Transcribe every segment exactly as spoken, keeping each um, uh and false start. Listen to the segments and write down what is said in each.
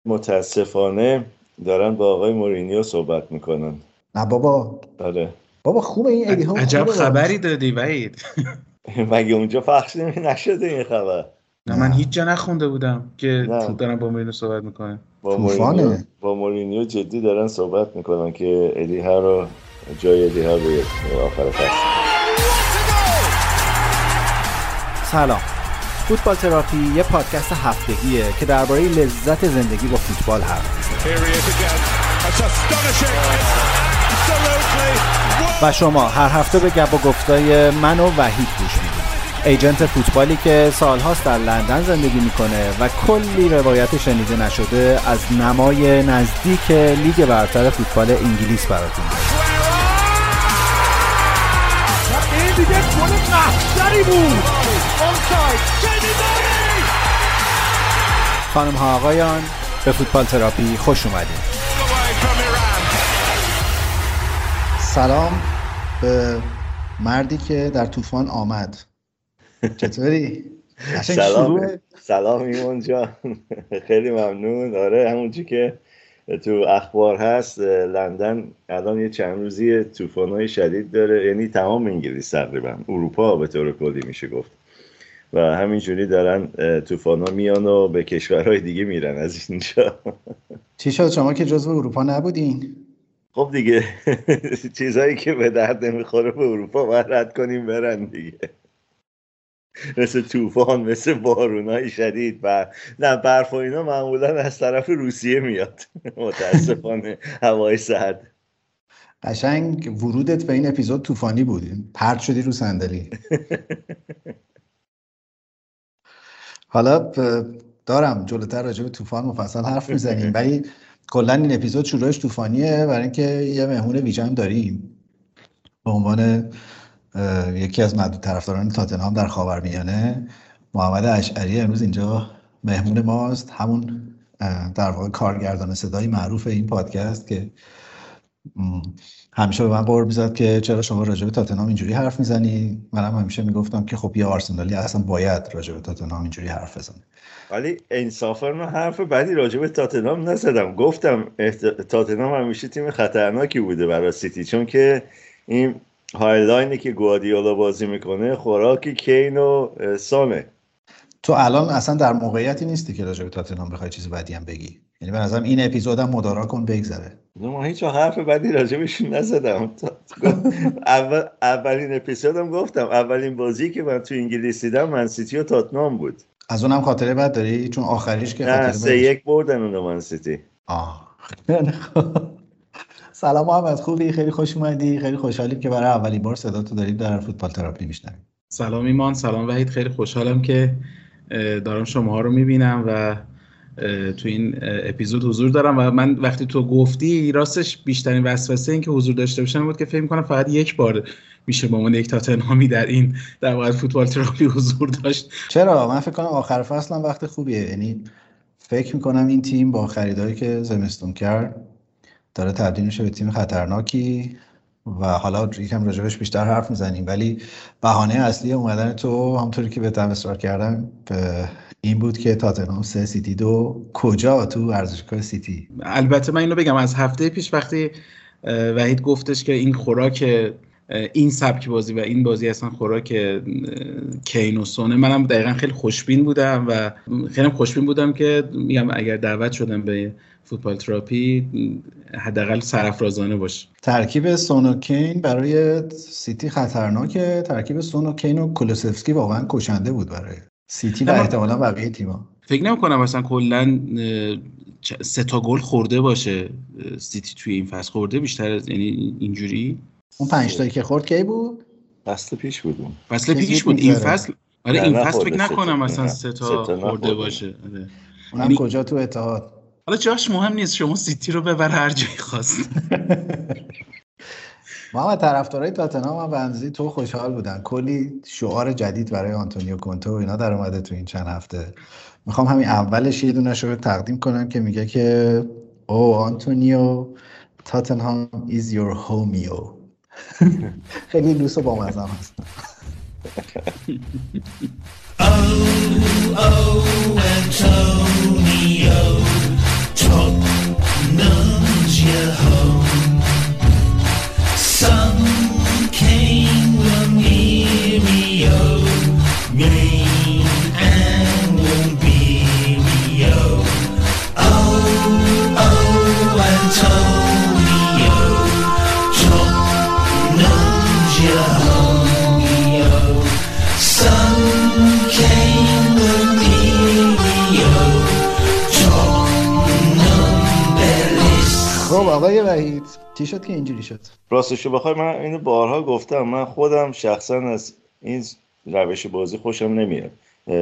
متاسفانه دارن با آقای مورینیو صحبت میکنن. نه بابا. آره بابا خوبه این ادی ها. عجب خبری دادی وحید. مگه اونجا پخش نشده این خبر؟ نه من هیچ جا نخونده بودم که نه. دارن با مورینیو صحبت میکنن. با مورینیو با مورینیو جدی دارن صحبت میکنن که ادی ها رو جای ادی ها به آخر فصل. سلام. فوتبال تراپی یه پادکست هفتگیه که درباره لذت زندگی با فوتبال حرف میزنه. و شما هر هفته به گپ و گفتای من و وحید گوش میدید. ایجنت فوتبالی که سالهاست در لندن زندگی میکنه و کلی روایت شنیده نشده از نمای نزدیک لیگ برتر فوتبال انگلیس براتون داره. این دیگه گل قهری بود. آفساید. خانم ها آقایان به فوتبال تراپی خوش اومدید. سلام به مردی که در طوفان آمد. چطوری؟ سلام سلام ایمان جان. خیلی ممنون. آره همونجوری که تو اخبار هست لندن الان یه چند روزی طوفان‌های شدید داره، یعنی تمام انگلیس تقریبا، اروپا به طور کلی میشه گفت، و همینجوری دارن طوفان‌ها میان و به کشورهای دیگه میرن از اینجا. چی شد شما که جزو اروپا نبودین؟ خب دیگه چیزایی که به درد نمیخوره به اروپا باید رد کنیم برن دیگه، مثل طوفان، مثل بارونای شدید و نه برف و اینا معمولا از طرف روسیه میاد. متاسفانه هوای سرد. قشنگ ورودت به این اپیزود طوفانی بود، پرت شدی رو صندلی. حالا دارم جلوتر راجع به طوفان مفصل حرف میزنیم، ولی کلا این اپیزود شروعش طوفانیه برای اینکه یه مهمون ویژه هم داریم به عنوان یکی از معدود طرفداران تاتنهام در خاورمیانه. محمد اشعری امروز اینجا مهمون ماست، همون در واقع کارگردان صدای معروف این پادکست که همیشه به من قور میزد که چرا شما راجع به تاتنهام اینجوری حرف میزنی. منم همیشه میگفتم که خب یه آرسنالی اصلا باید راجع به تاتنهام اینجوری حرف بزنه. ولی انصافا من حرف بدی راجع به تاتنهام نزدم. گفتم احت... تاتنهام همیشه تیم خطرناکی بوده برای سیتی، چون که این هایلاینی که گواردیولا بازی میکنه خوراکی کین و سانه. تو الان اصلا در موقعیتی نیستی که راجع به تاتنهام بخوای چیز بدی هم بگی، یعنی به نظرم این اپیزودم مدارا کن بگذره. نه من هیچ حرف بدی راجع بهش نزدم. اول اولین اپیزودم گفتم اولین بازی که من تو انگلیس دیدم من سیتی و تاتنهام بود. از اونم خاطره بد داری؟ چون آخریش که خاطره نه سه یک بردن اون من سیتی. آه سلام محمد، خوبی؟ خیلی خوش اومدی. خیلی خوشحالیم که برای اولین بار صداتو داریم در فوتبال تراپی میشنویم. سلام ایمان، سلام وحید. خیلی خوشحالم که دارم شماها رو میبینم و تو این اپیزود حضور دارم. و من وقتی تو گفتی راستش بیشترین وسوسه این که حضور داشته باشم بود که فکر می‌کنم فقط یک بار میشه با من یک تاتنهامی در این در واقع فوتبال تراپی حضور داشت. چرا؟ من فکر کنم آخر فصل هم وقت خوبیه، یعنی فکر می‌کنم این تیم با خریدایی که زمستون کرد داره تبدیل میشه به تیم خطرناکی و حالا یکم راجبش بیشتر حرف میزنیم، ولی بهانه اصلی اومدن تو همونطوری که بهتم اصرار کردم این بود که تاتنهام سه سیتی دو. کجا؟ تو ورزشگاه سیتی. البته من اینو بگم از هفته پیش وقتی وحید گفتش که این خوراک این سبک بازی و این بازی اصلا خوراک کین و سونه، منم دقیقا خیلی خوشبین بودم و خیلی خوشبین بودم که میگم اگر دعوت شدم به فوتبال تراپی حداقل سرافرازانه باشه. ترکیب سون و کین برای سیتی خطرناکه. ترکیب سون و کین و کولوسفسکی واقعا کشنده بود برای سیتی و احتمالاً بقیه تیم‌ها. فکر نمی‌کنم مثلا کلاً سه تا گل خورده باشه سیتی توی این فصل، خورده بیشتر از یعنی اینجوری. اون پنج تایی که خورد کی بود؟ فصل پیش بود. اون فصل پیش بود. این فصل آره این فصل فکر نکنم مثلا سه تا خورده باشه. آره اونم یعنی... کجا؟ تو اتحاد. حالا جاش مهم نیست، شما سیتی رو ببر هر جایی خواست. محمد طرفدارای تاتنهام هم به اندازه تو خوشحال بودن، کلی شعار جدید برای آنتونیو کونته و اینا در اومده تو این چند هفته. میخوام همین اولش یه دونه شو تقدیم کنم که میگه که او آنتونیو تاتنهام is your homeo. خیلی لوس و بامزه هست. Oh, oh, Antonio, خب آقای وحید چی شد که اینجوری شد؟ راستشو بخوای من اینو بارها گفتم، من خودم شخصا از این روش بازی خوشم نمیاد.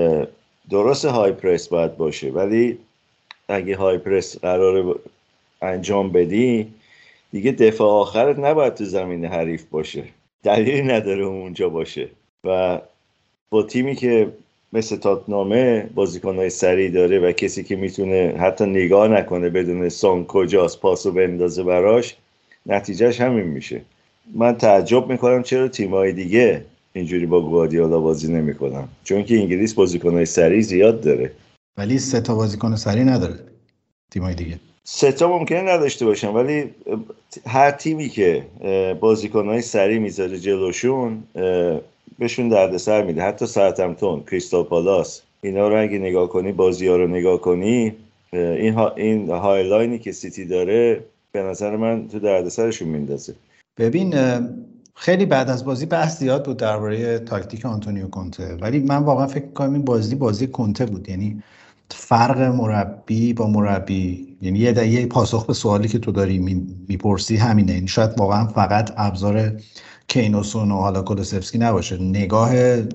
درست های پرس باید باشه، ولی اگه های پرس قراره انجام بدی دیگه دفاع آخرت نباید تو زمین حریف باشه، دلیلی نداره اونجا باشه. و با تیمی که مثل تاتنامه بازیکن‌های سریع داره و کسی که میتونه حتی نگاه نکنه بدون سون کجاست پاسو بندازه براش، نتیجهش همین میشه. من تعجب میکنم چرا تیم‌های دیگه اینجوری با گواردیولا بازی نمیکنن، چون که انگلیس بازیکن‌های سریع زیاد داره ولی سه تا بازیکن سریع نداره تیم‌های دیگه. سه تا ممکنه نداشته باشن، ولی هر تیمی که بازیکن‌های سریع میذاره جلوشون بهشون دردسر میده. حتی ساوثهمپتون، کریستال پالاس، اینا رو اگه نگاه کنی، بازی‌ها رو نگاه کنی، این ها این هایلاینی که سیتی داره به نظر من تو دردسرشون میندازه. ببین خیلی بعد از بازی بحث زیاد بود درباره تاکتیک آنتونیو کونته، ولی من واقعا فکر می‌کنم این بازی بازی کونته بود. یعنی فرق مربی با مربی، یعنی یه یه پاسخ به سوالی که تو داری میپرسی همینه. این شاید واقعا فقط ابزار کین و سون و حالا کولوسفسکی نباشه، نگاه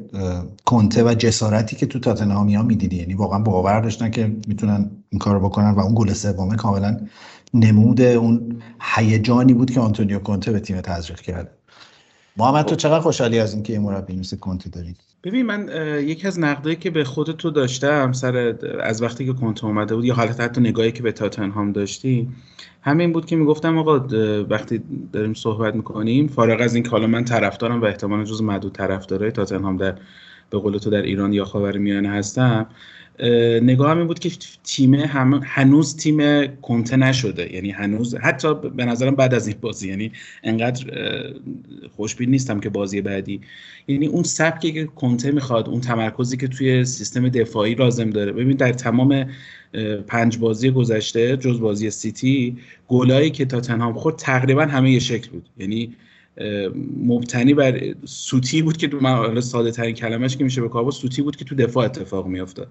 کونته و جسارتی که تو تاتنهامیا میدیدی، یعنی واقعا باور داشتن که میتونن این کارو بکنن و اون گل سوم کاملا نمود اون هیجانی بود که آنتونیو کونته به تیم تزریق کرده. محمد تو چقدر خوشحالی از اینکه یه مربی مثل کونته دارین؟ ببین من یکی از نقدایی که به خودت تو داشتم سر از وقتی که کونته اومده بود، یا حالت حتی نگاهی که به تاتنهام داشتی، همین بود که میگفتم آقا وقتی داریم صحبت میکنیم، فارغ از این که حالا من طرفدارم و احتمالاً جز معدود طرفدارای تاتنهام در به قول تو در ایران یا خاورمیانه هستم، نگاهم این بود که تیم هم هنوز تیم کونته نشده. یعنی هنوز حتی به نظرم بعد از این بازی، یعنی انقدر خوشبین نیستم که بازی بعدی، یعنی اون سبکی که کونته میخواد، اون تمرکزی که توی سیستم دفاعی لازم داره. ببین در تمام پنج بازی گذشته جز بازی سیتی، گلایی که تاتنهام خورد تقریبا همه یه شکل بود. یعنی مبتنی بر سوتی بود که من ساده ترین کلمه‌اش که میشه به کار برد، سوتی بود که تو دفاع اتفاق میافتاد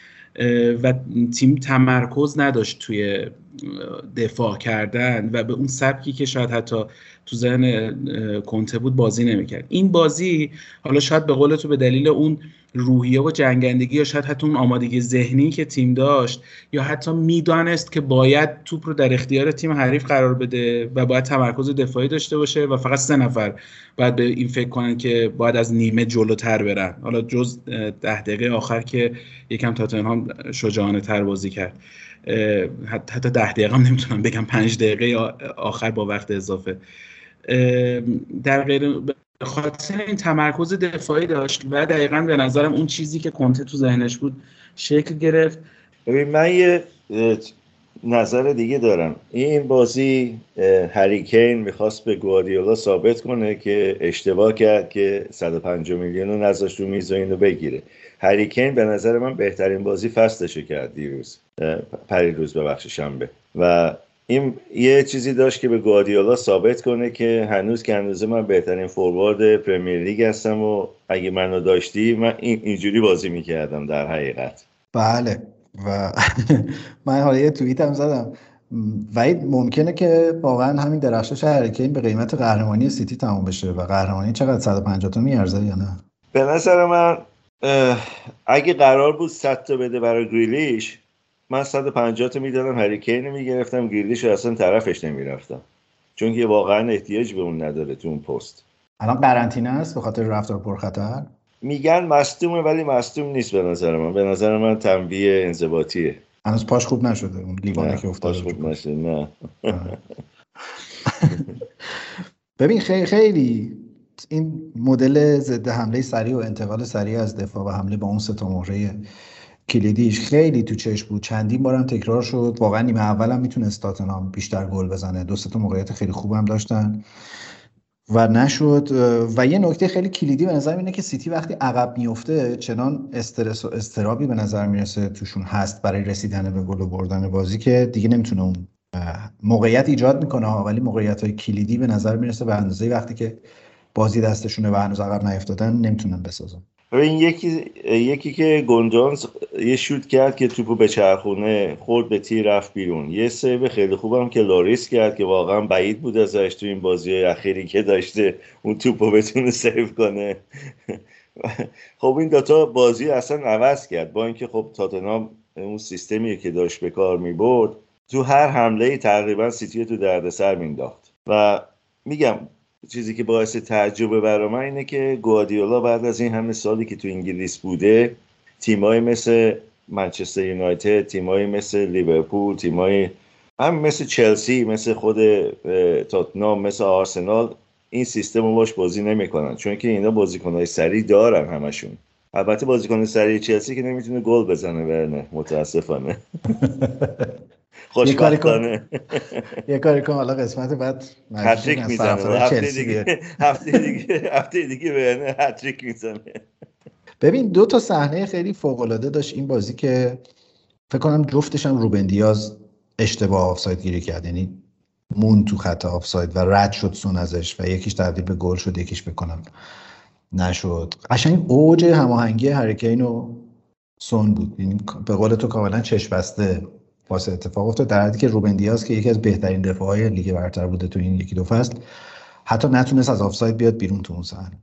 و تیم تمرکز نداشت توی دفاع کردن و به اون سبکی که شاید حتی تو ذهن کونته بود بازی نمیکرد. این بازی حالا شاید به قول تو به دلیل اون روحیه و جنگندگی یا شاید حتی اون آمادگی ذهنی که تیم داشت، یا حتی میدانست که باید توپ رو در اختیار تیم حریف قرار بده و باید تمرکز دفاعی داشته باشه و فقط سه نفر باید به این فکر کنن که باید از نیمه جلوتر برن، حالا جز ده دقیقه آخر که یکم تاتنهام شجاعانه تر بازی کرد. حتی ده دقیقه هم نمیتونم بگم، پنج دقیقه آخر با وقت اضافه. در غیر به خاطر این تمرکز دفاعی داشت و دقیقاً به نظرم اون چیزی که کونته تو ذهنش بود شکل گرفت. ببین من یه نظر دیگه دارم. این بازی هری کین میخواست به گواردیولا ثابت کنه که اشتباه کرد که صد و پنجاه میلیون رو نذاشت رو میز و اینو بگیره. هری کین به نظر من بهترین بازی فصلشو کرد دیروز، پریروز ببخشید شنبه، و این یه چیزی داشت که به گواردیولا ثابت کنه که هنوز که هنوز من بهترین فوروارد پرمیر لیگ هستم و اگه منو داشتی من این اینجوری بازی میکردم در حقیقت. بله و من حالا یه توییت هم زدم، وحید ممکنه که واقعا همین درخشش هری کین به قیمت قهرمانی سیتی تموم بشه و قهرمانی چقدر صد و پنجاه تا میارزه یا نه؟ به نظر من اگه قرار بود صد تا بده برای گریلیش، من صد و پنجاه تا میدادم، هری کین رو میگرفتم، گریلیش رو اصلا طرفش نمیرفتم، چون که واقعا احتیاج به اون نداره تو اون پست. الان قرنطینه است به خاطر رفتار پرخطر. میگن مصدومه ولی مصدوم نیست به نظر من. به نظر من تنبیه انضباطیه. هنوز پاش خوب نشده اون لیوانه که افتاده. پاش خوب نشده نه. ببین خیلی خیلی این مدل ضد حمله سریع و انتقال سریع از دفاع و حمله با اون سه تا مهره کلیدیش خیلی تو چشم بود. چندین بارم تکرار شد. واقعا نیمه اولم میتونست تاتنهام بیشتر گل بزنه. دو سه تا موقعیت خیلی خوبم داشتن و نشد. و یه نکته خیلی کلیدی به نظر اینه که سیتی وقتی عقب میفته چنان استرس و اضطرابی به نظر میرسه توشون هست برای رسیدن به گل و بردن بازی که دیگه نمیتونه اون موقعیت ایجاد میکنه ها، ولی موقعیت‌های کلیدی به نظر میرسه به اندازه وقتی که بازی دستشونه و هنوز عقب نیفتادن نمیتونن بسازن. این یکی یکی که گوندونز یه شوت کرد که توپو به چرخونه خورد به تیر رفت بیرون. یه سیو خیلی خوبم که لاریس کرد که واقعا بعید بود ازش تو این بازی اخیری که داشته اون توپو بتونه سیو کنه. خب این دوتا بازی اصلا عوض کرد، با اینکه خب تاتنهام اون سیستمی که داشت به کار میبرد تو هر حمله تقریبا سیتی تو دردسر مینداخت. و میگم چیزی که باعث تعجب برای من اینه که گواردیولا بعد از این همه سالی که تو انگلیس بوده تیمایی مثل منچستر یونایتد، تیمایی مثل لیورپول، تیمایی هم مثل چلسی، مثل خود تاتنهام، مثل آرسنال این سیستم رو باش بازی نمیکنن، چون که اینا بازیکن‌های سریع دارن همشون. البته بازیکن سریع چلسی که نمیتونه گل بزنه ورنه، متاسفانه. خوشبختانه یه کاری کنم حالا قسمت بعد هتریک میزنه، هفته دیگه هفته دیگه هفته دیگه ورنه هتریک میزنه. ببین دو تا صحنه خیلی فوق‌العاده داشت این بازی که فکر کنم جفتش هم روبن دیاز اشتباه آفساید گیری کرد، یعنی مون تو خط آفساید و رد شد سون ازش و یکیش تبدیل به گل شد، یکیش بکنم نشد. قشنگ اوج هماهنگی هری کین و سون بود، یعنی به قول تو کاملا چشم بسته واسه اتفاق افتاد، در حالی که روبن دیاز که یکی از بهترین دفاعهای لیگ برتر بوده تو این یکی دو فصل حتی نتونست از آفساید بیاد بیرون تو اون صحنه.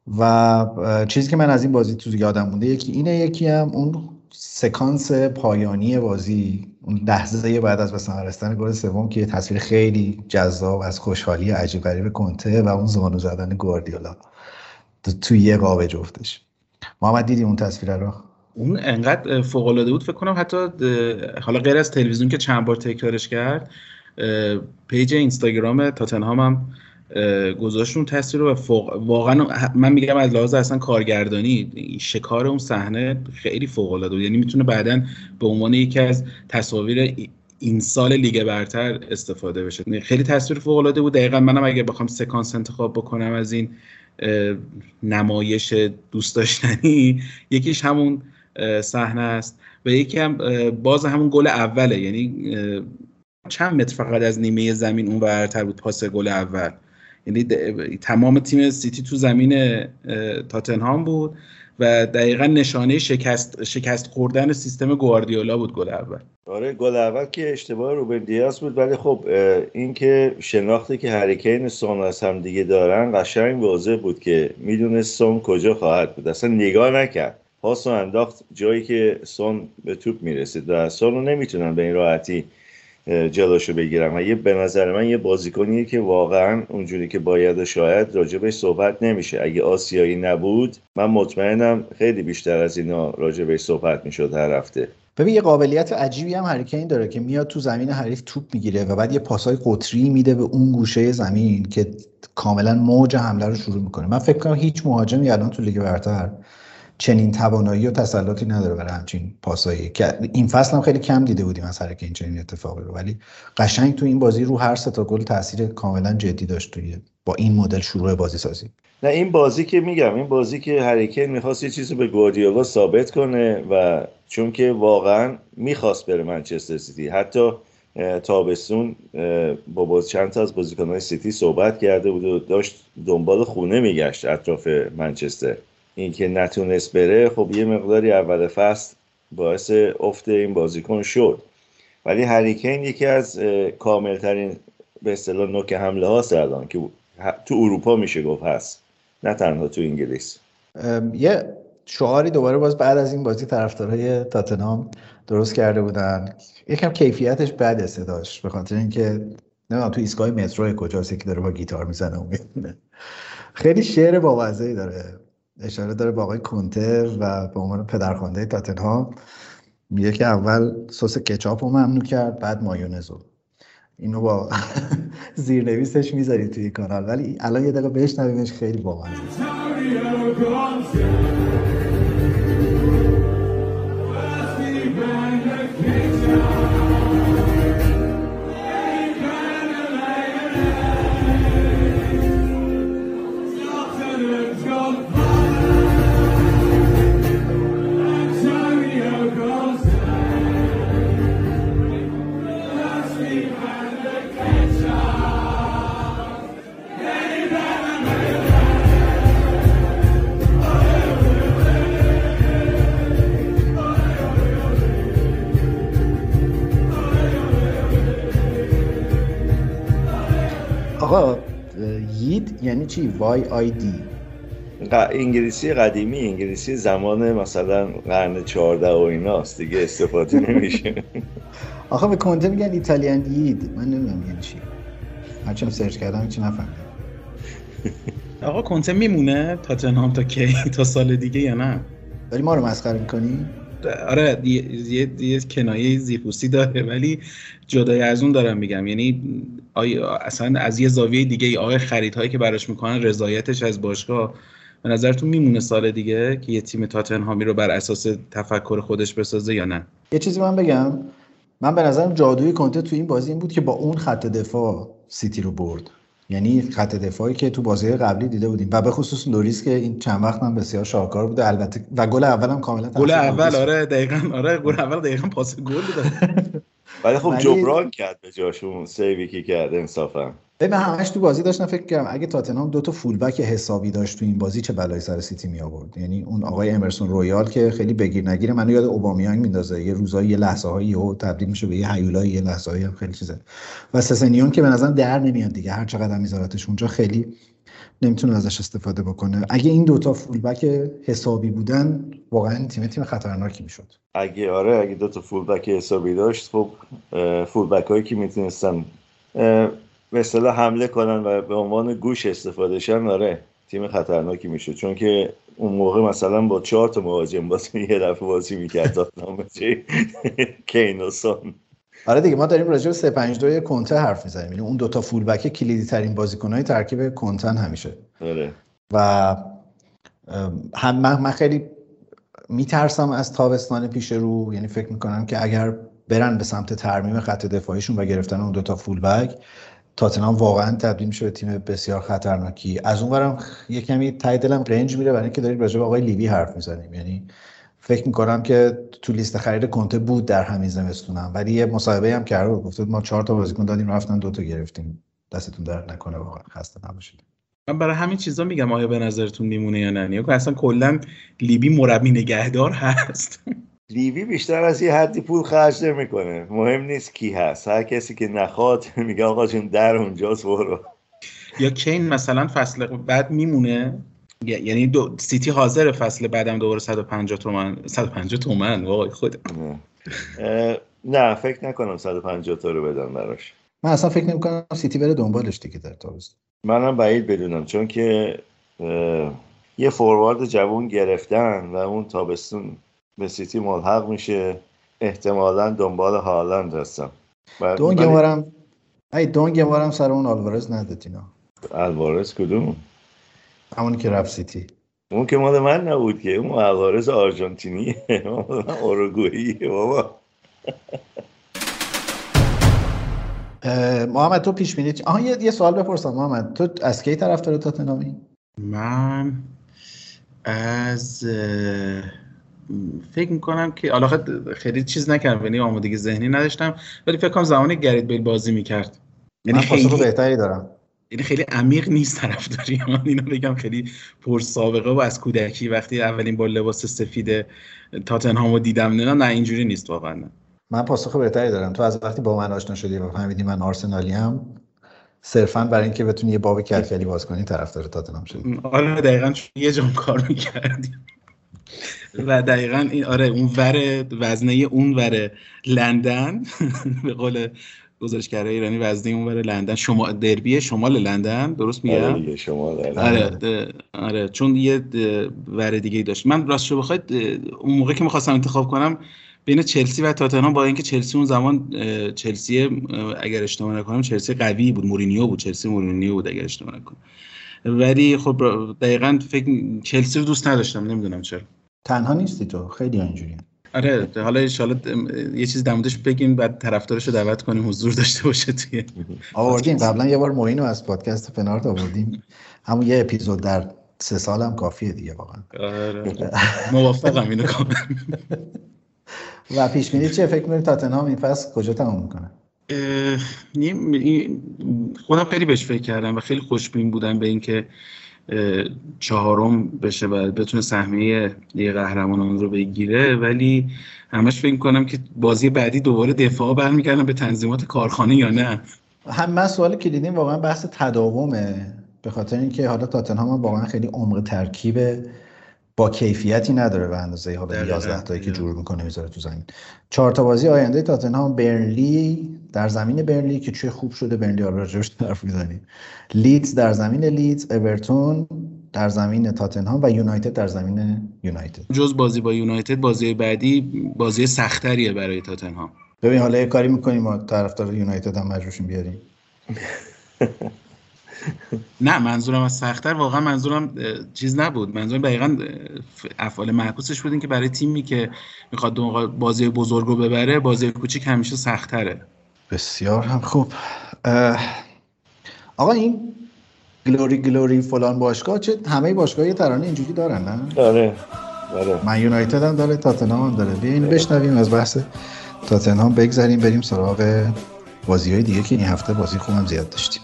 و چیزی که من از این بازی تو یادم مونده یکی اینه، یکی هم اون سکانس پایانی بازی، اون لحظه بعد از به ثمر رسیدن گل سوم که تصویر خیلی جذاب از خوشحالی عجیب غریب کنته و اون زانو زدن گواردیولا تو یه قاب جفتش. محمد دیدی اون تصویر رو؟ اون انقدر فوق العاده بود، فکر کنم حتی حالا غیر از تلویزیون که چند بار تکرارش کرد، پیج اینستاگرام تاتنهام هم گذاشت اون تصویر رو و فوق... واقعا من میگم از لحاظ اصلا کارگردانی شکار اون صحنه خیلی فوق العاده بود، یعنی میتونه بعداً به عنوان یکی از تصاویر این سال لیگ برتر استفاده بشه. خیلی تصویر فوق العاده بود. دقیقاً منم اگه بخوام سکانس انتخاب بکنم از این نمایش دوست داشتنی، یکیش همون صحنه است و یکی هم باز همون گل اوله، یعنی چند متر فقط از نیمه زمین اون ورتر بود پاس گل اول، یعنی تمام تیم سیتی تو زمین تاتنهام بود و دقیقاً نشانه شکست شکست خوردن سیستم گواردیولا بود گل اول. آره گل اول که اشتباه روبن دیاز بود، ولی خب این که شناختی که هری کین و سون از هم دیگه دارن قشنگ واضح بود که میدونه سون کجا خواهد بود، اصلا نگاه نکرد، پاسو انداخت جایی که سون به توپ میرسید و سون رو نمیتونن به این راحتی جلوشو بگیرم. و یه به نظر من یه بازیکنیه که واقعا اونجوری که باید شاید راجبش صحبت نمیشه. اگه آسیایی نبود من مطمئنم خیلی بیشتر از اینا راجبش صحبت میشد هر هفته. ببین یه قابلیت عجیبی هم هری کین داره که میاد تو زمین حریف توپ میگیره و بعد یه پاسای قطری میده به اون گوشه زمین که کاملا موج حمله رو شروع میکنه. من فکر کنم هیچ مهاجمی الان تو لیگ برتر چنین توانایی و تسلطی نداره برای همچین پاسایی که این فصل هم خیلی کم دیده بودیم از هری کین چنین اتفاقی رو، ولی قشنگ تو این بازی رو هر سه تا گل تاثیر کاملا جدی داشت توی با این مدل شروع بازی سازی. نه این بازی که میگم این بازی که هری کین می‌خواست یه چیزی به گواردیولا ثابت کنه و چون که واقعا می‌خواست بره منچستر سیتی، حتی تابستون با باز چند تا از بازیکن‌های سیتی صحبت کرده بود و داشت دنبال خونه میگشت اطراف منچستر. این که نتونست بره خب یه مقداری اول فصل باعث افت این بازیکن شد، ولی هری کین یکی از کاملترین به اصطلاح نوک حمله هاست الان که تو اروپا میشه گفت هست، نه تنها تو انگلیس. یه شعاری دوباره باز بعد از این بازی طرفدارای تاتنهام درست کرده بودن، یکم کیفیتش بده صداش، به خاطر اینکه نمیدونم تو ایستگاه مترو کجاست که داره با گیتار میزنه، خیلی شعر باوزه‌ای داره، اشاره داره به آقای کنته و به عنوان پدرخوانده تاتنهام میگه که اول سس کچاپ رو ممنوع کرد بعد مایونز رو. اینو با زیرنویسش میذارید توی کانال، ولی الان یه دقیقه بشنویمش، خیلی باحال است. آقا یید یعنی چی؟ وای آی دی انگلیسی قدیمی، انگلیسی زمان مثلا قرن چهارده و ایناست دیگه استفاده نمیشه. آخه به کنته میگن ایتالیان یید، من نمیدونم یعنی چی، هرچند سرچ کردم چی نفهمیدم. آقا کنته میمونه تاتنهام تا کی؟ تا سال دیگه یا نه؟ داری ما رو مسخره میکنی؟ آره یه یه کنایه زیرپوستی داره، ولی جدای از اون دارم میگم، یعنی آیا اصلا از یه زاویه دیگه ای آقای خریدهایی که براش میکنن رضایتش از باشگاه به نظرتون میمونه سال دیگه که یه تیم تاتنهامی رو بر اساس تفکر خودش بسازه یا نه؟ یه چیزی من بگم، من به نظرم جادوی کنته تو این بازی این بود که با اون خط دفاع سیتی رو برد، یعنی خط دفاعی که تو بازی قبلی دیده بودیم و به خصوص لوریس که این چند وقت هم بسیار شاهکار بوده البته، و گل اولم کاملا گل اول آره دقیقاً آره گل اول دقیقاً پاس گل داد. ولی خب جبران کرد به جاشون سیوی که کرد انصافا. من همش تو بازی داشتم فکر کردم اگه تاتنهام دو تا فول بک حسابی داشت تو این بازی چه بلایی سر سیتی می آورد. یعنی اون آقای امرسون رویال که خیلی بگیر نگیره، منو یاد اوبامیانگ میندازه، یه روزایی یه لحظه‌هایی یهو تبدیل میشه به یه هیولای، یه لحظه‌ای هم خیلی چیزه. و سسنیون که به نظرم در نمیاد دیگه، هر چقدر هم میذارتش اونجا خیلی نمیتونه ازش استفاده بکنه. اگه این دوتا فول بک حسابی بودن واقعا تیم تیم خطرناکی میشد. اگه آره اگه دوتا فول بک حسابی داشت، خب فول بک هایی که میتونستن به اصطلاح حمله کنن و به عنوان گوش استفاده شن، آره تیم خطرناکی میشد، چون که اون موقع مثلا با چهار تا مهاجم بازی یه دفعه بازی میکرد تاتنهام چه کین و سون. آره دیگه ما داریم راجع به سه پنج دو کنته حرف میزنیم، یعنی اون دوتا فول بک کلیدی ترین بازیکن‌های ترکیب کنتن همیشه. آره. و هم من خیلی میترسم از تابستان پیش رو، یعنی فکر میکنم که اگر برن به سمت ترمیم خط دفاعیشون و گرفتن اون دوتا فول بک، تاتنهام واقعا تبدیل میشه به تیم بسیار خطرناکی. از اونورم یه کمی ته دلم رنج میره برای اینکه داریم راجع به آقای لیوی حرف میزنیم، یعنی فکر میکنم که تو لیست خرید کنته بود در همین زمستونم، ولی یه مصاحبه هم کرده بود گفت ما چهار تا بازیکن دادیم رفتن دو تا گرفتیم، دستتون درد نکنه، واقعا خسته نباشید. من برای همین چیزا میگم آیا به نظرتون میمونه یا نه؟ یا اصلا کلا لیوی مربی نگهدار هست؟ لیوی بیشتر از یه حدی پول خرج نمیکنه، مهم نیست کی هست، هر کسی که نخواد میگه آقا جون در اونجاست برو. یا کین مثلا فصل بعد میمونه، یعنی دو سیتی حاضر فصل بعدم دوباره صد و پنجاه تومن صد و پنجاه تومن وای خود نه. نه فکر نکنم صد و پنجاه تا رو بدن براش. من اصلا فکر نمی‌کنم سیتی بره دنبالش دیگه در تابستون. منم بعید بدونم، چون که یه فوروارد جوون گرفتن و اون تابستون به سیتی ملحق میشه، احتمالاً دنبال هالند هستم. دونگمارم ای دونگمارم سر اون آلوارز ندادینا. آلوارز کدوم؟ همون که رفت سیتی. اون که مال من نبود که، اون آلوارز آرژانتینیه، اوروگوئیه بابا. محمد تو پیش بینی آها یه, یه سوال بپرسم محمد، تو از کی طرفدار تاتنهامی؟ من از فکر میکنم که علاقه خیلی چیز نکردم، یعنی آمادگی ذهنی نداشتم، ولی فکر کنم زمانی گریت بیل بازی میکرد. یعنی خیلی بهتری دارم، یعنی خیلی عمیق نیست طرفداری من، اینو بگم خیلی پر سابقه و از کودکی وقتی اولین با لباس سفید تاتنهامو دیدم نه نه اینجوری نیست واقعا. نه من پاسخ بهتری دارم. تو از وقتی با من آشنا شدی و فهمیدی من آرسنالی ام، صرفاً برای اینکه بتونی یه باب کلکلی باز کنی طرفدار تاتنهام شدی. آره دقیقاً یه جام کار می‌کردی و دقیقاً این آره اون ور وزنه اون ور لندن به قول گزارشگرای ایرانی وزنه اون ور لندن، شما دربی شمال لندن درست میگم؟ آره شمال. آره آره چون یه ور دیگه ای داشت. من راستش بخواید اون موقع که می‌خواستم انتخاب کنم بین چلسی و تاتنهام، با اینکه چلسی اون زمان چلسی اگر اشتباه نکنم چلسی قوی بود، مورینیو بود، چلسی مورینیو بود اگر اشتباه نکنم، ولی خب دقیقاً فکر چلسی رو دوست نداشتم، نمیدونم چرا. تنها نیستی تو، خیلی اینجوریه. آره حالا ان شاءالله یه چیز در موردش بگیم بعد طرفدارشو دعوت کنیم حضور داشته باشه توی آوردیم. قبلا یه بار موینو از پادکست پنارت آوردیم، همون یه اپیزود در سه سالم کافیه دیگه واقعا. آره موافقم اینو کامل. و پیش بینی چیه؟ فکر می‌کنی تاتنهام این فصل کجا تموم می‌کنه؟ خودم خیلی بهش فکر کردم و خیلی خوشبین بودم به اینکه چهارم بشه و بتونه سهمیه لیگ قهرمانان رو بگیره، ولی همش فکر می‌کنم که بازی بعدی دوباره دفاع برمیگردن به تنظیمات کارخانه یا نه. هم من سوال کلیدیم واقعا بحث تداومه، به خاطر اینکه حالا تاتنهام هم واقعا خیلی عمق ترکیب با کیفیتی نداره به اندازه حالا یازده تایی که جور میکنه میذاره تو زمین. چهار تا بازی آینده تاتنهام: برنلی در زمین برنلی که چه خوب شده برنلی، حالا راجعش حرف میزنیم، لیدز در زمین لیدز، اورتون در زمین تاتنهام و یونایتد در زمین یونایتد. جز بازی با یونایتد بازی بعدی بازی سخت‌تریه برای تاتنهام. ببین حالا یه کاری میکنیم ما طرفدار یونایتد هم مجبورشیم بیاریم. نه منظورم از سخت‌تر واقعا منظورم چیز نبود، منظورم دقیقاً افعال معکوسش بود، این که برای تیمی که میخواد بازی بزرگ رو ببره بازی کوچیک همیشه سخت‌تره. بسیار هم خوب. آقا این گلوری گلوری فلان باشگاه، چه همه باشگاه‌های ترانه اینجوری دارن نه؟ داره داره. من یونایتد هم داره، تاتنهام هم داره. بیاین بشنویم از بحث تاتنهام بگذریم بریم سراغ بازی‌های دیگه که این هفته بازی خوبم زیاد داشتیم.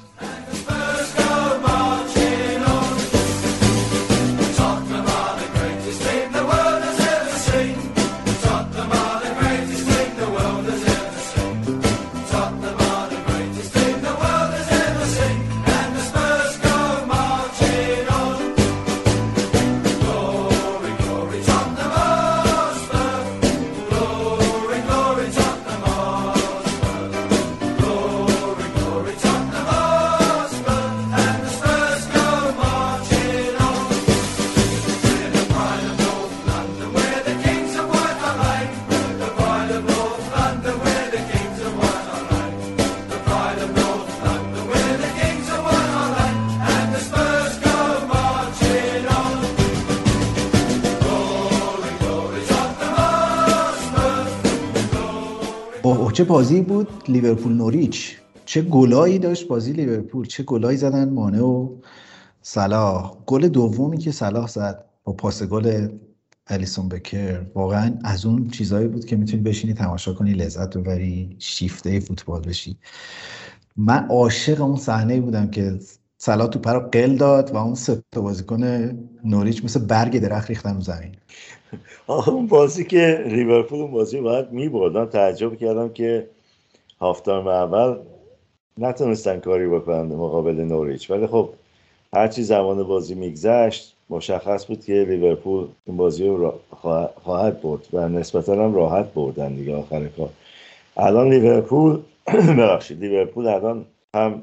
چه بازی بود لیورپول نوریچ، چه گلایی داشت بازی لیورپول، چه گلایی زدن مانه و صلاح. گل دومی که صلاح زد با پاس گل الیسون بکر واقعا از اون چیزایی بود که میتونی بشینی تماشا کنی لذت ببری، شیفته فوتبال بشی. من عاشق اون صحنه بودم که صلاح توپ رو قل داد و اون سه تا بازیکن نوریچ مثل برگ درخت ریختن رو زمین. اون بازی که لیورپول اون بازی باید می‌بردن، تعجب کردم که هافتایم اول نتونستن کاری بکنن مقابل نوریچ، ولی خب هرچی زمان بازی میگذشت مشخص بود که لیورپول این بازی رو خواهد برد و نسبتاً هم راحت بردن دیگه آخر کار. الان لیورپول ببخشید لیورپول الان هم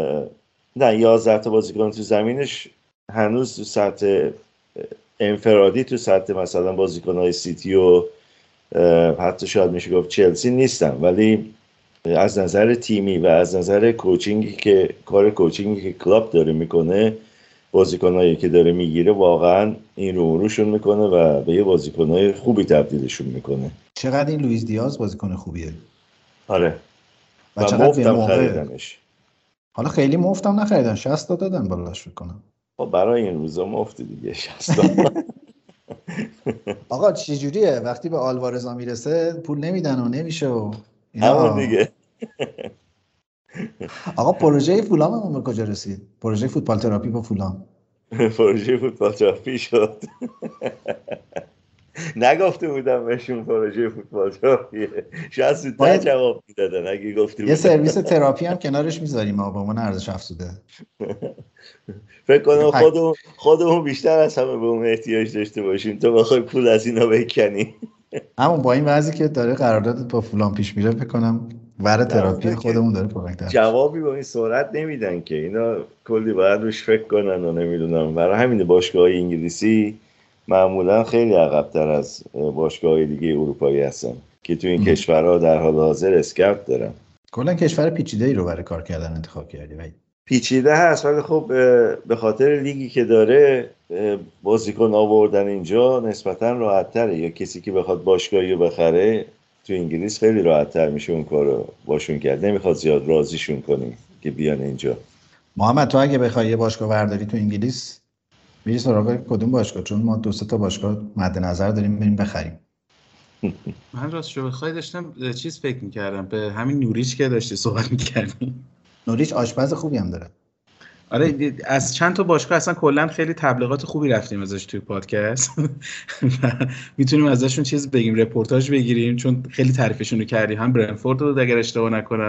نه یازده تا بازیکن تو زمینش هنوز تو سطح انفرادی تو سطح مثلا بازیکن‌های سیتی و حتی شاید میشه گفت چلسی نیستن، ولی از نظر تیمی و از نظر کوچینگی که کار کوچینگی که کلوب داره میکنه، بازیکنایی که داره میگیره واقعا این رو روشون میکنه و به یه بازیکنای خوبی تبدیلشون میکنه. چقدر این لوئیس دیاز بازیکن خوبیه. آره و, و مفتم خریدنش. حالا خیلی مفتم نخریدن، شصت تا دادن بالاش فکر کنم. خب برای این روزا مفت دیگه شصت تا. آقا چه جوریه وقتی به آلوارزا میرسه پول نمیدن و نمیشه و همون دیگه. آقا پروژه فولاممون به کجا رسید؟ پروژه فوتبال تراپی با فولام. پروژه فوتبال تراپی شد. نگفته بودم بهشون پروژه فوتبال تراپیه، شاید زودتر جواب میدادن اگه گفته بودم. یه سرویس تراپی هم کنارش میذاریم ما به عنوان ارزش افزوده. فکر کنم خودمون خودمون بیشتر از همه به اون احتیاج داشته باشیم تو بخوای پول از اینا بکنی. همون با این وضعی که داره قرارداد با فلان پیش میره فکر کنم ور تراپی خودمون داره پروژه. جوابی با این سرعت نمیدن که، اینا کلی باید روش فکر کنن و نمیدونم. برای همین باشگاه‌های انگلیسی معمولا خیلی عقب‌تر از باشگاه‌های دیگه اروپایی هستن که تو این کشورها در حال حاضر اسکاوت دارن. کلا کشور پیچیده‌ای رو برای کار کردن انتخاب کردی. پیچیده هست ولی خب به خاطر لیگی که داره بازیکن آوردن اینجا نسبتاً راحت‌تره. یا کسی که بخواد باشگاهی رو بخره تو انگلیس خیلی راحت‌تر میشه اون کارو باشون کرد، نمیخواد زیاد راضیشون کنی که بیان اینجا. محمد تو اگه بخوای یه باشگاه برداری تو انگلیس میری سراغ کدوم باشگاه؟ چون ما دو سه تا باشگاه مد نظر داریم بریم بخریم. من راستش بخوای داشتم چیز فکر می‌کردم به همین نوریچ که داشتی صحبت می‌کردی. نوریچ آشپز خوبی هم داره. آره از چند تا باشگاه اصلا کلا خیلی تبلیغات خوبی رفتیم ازش توی پادکست. میتونیم ازشون چیز بگیم، رپورتاج بگیریم، چون خیلی تعریفشون رو کردیم. هم برنفورد رو اگر اشتباه نکنم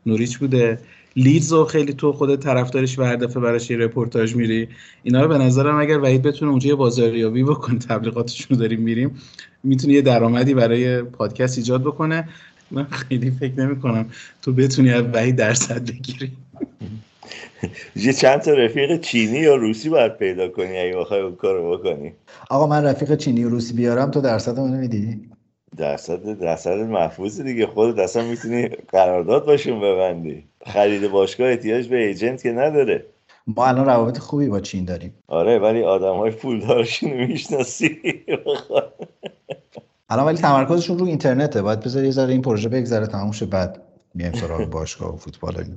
نوریچ بوده. لیدز رو خیلی تو خودت طرفدارش و هر دفعه براش یه رپورتاج میری. اینا رو به نظرم اگر وحید بتونه اونجا یه بازاریابی بکنه، تبلیغاتشون رو داریم میریم، میتونه یه درآمدی برای پادکست ایجاد بکنه. من خیلی فکر نمی‌کنم تو بتونی از وحید درصد بگیری. یه چند تا رفیق چینی یا روسی باید پیدا کنی اگه بخوای اون کارو بکنی. آقا من رفیق چینی و روسی بیارم تو درصد منو میدی؟ درصد درصد محفوظ دیگه، خودت اصلا میتونی قرارداد باشون ببندی. خرید باشگاه احتیاج به ایجنت که نداره. ما الان روابط خوبی با چین داریم. آره ولی آدمای پولدارشون میشناسی. الان ولی تمرکزشون رو اینترنته، باید بذاری یه ذره این پروژه بگذره تموم شه بعد میایم سراغ باشگاه و فوتبال اینا.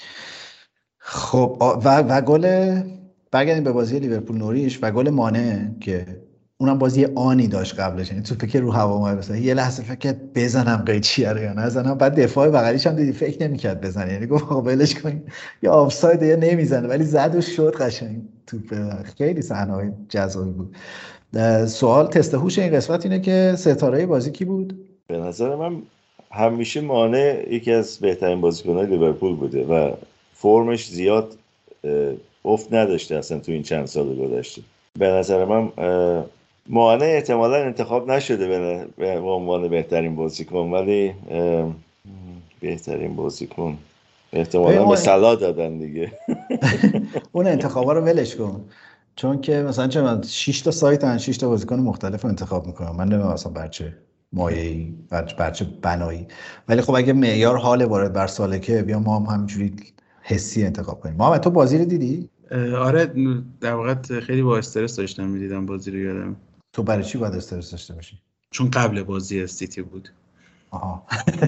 خب و و گل برگردیم به بازی لیورپول نوریچ و گل مانه که اونم بازی آنی داشت قبلش، یعنی توپی که رو هوا اومد مثلا یه لحظه فکر کرد بزنم قیچیه رو یا نزنم، بعد دفاع بغلیش هم دیدی فکر نمی‌کرد بزنه، یعنی گفت آقا ولش کن یا آفساید یا نمیزنه، ولی زد و شد قشنگ توپ. خیلی صحنه‌های جذابی بود. سوال تست هوش این قسمت اینه که ستاره بازی کی بود؟ به نظر من همیشه مانه یکی از بهترین بازیکن‌های لیورپول بوده و فرمش زیاد افت نداشته اصلا تو این چند سال گذشته. به نظر من مانه احتمالاً انتخاب نشده به عنوان بهترین بازیکن، ولی بهترین بازیکن احتمالاً به صلاح دادن دیگه. اون انتخابا رو ولش کن، چون که مثلا چه من شش تا سایت ان شش تا بازیکن مختلف انتخاب میکنم، من نمیدونم اصلا برچه مایه‌ای برچه برچه بنایی، ولی خب اگه معیار حال وارد بر سالکه بیا ما هم همینجوری حسی انتخاب کنیم. محمد تو بازی رو دیدی؟ آره در واقع خیلی با استرس داشتم میدیدم بازی رو. یادم. تو برای چی باید استرس داشته باشی؟ چون قبل بازی سیتی بود. آها.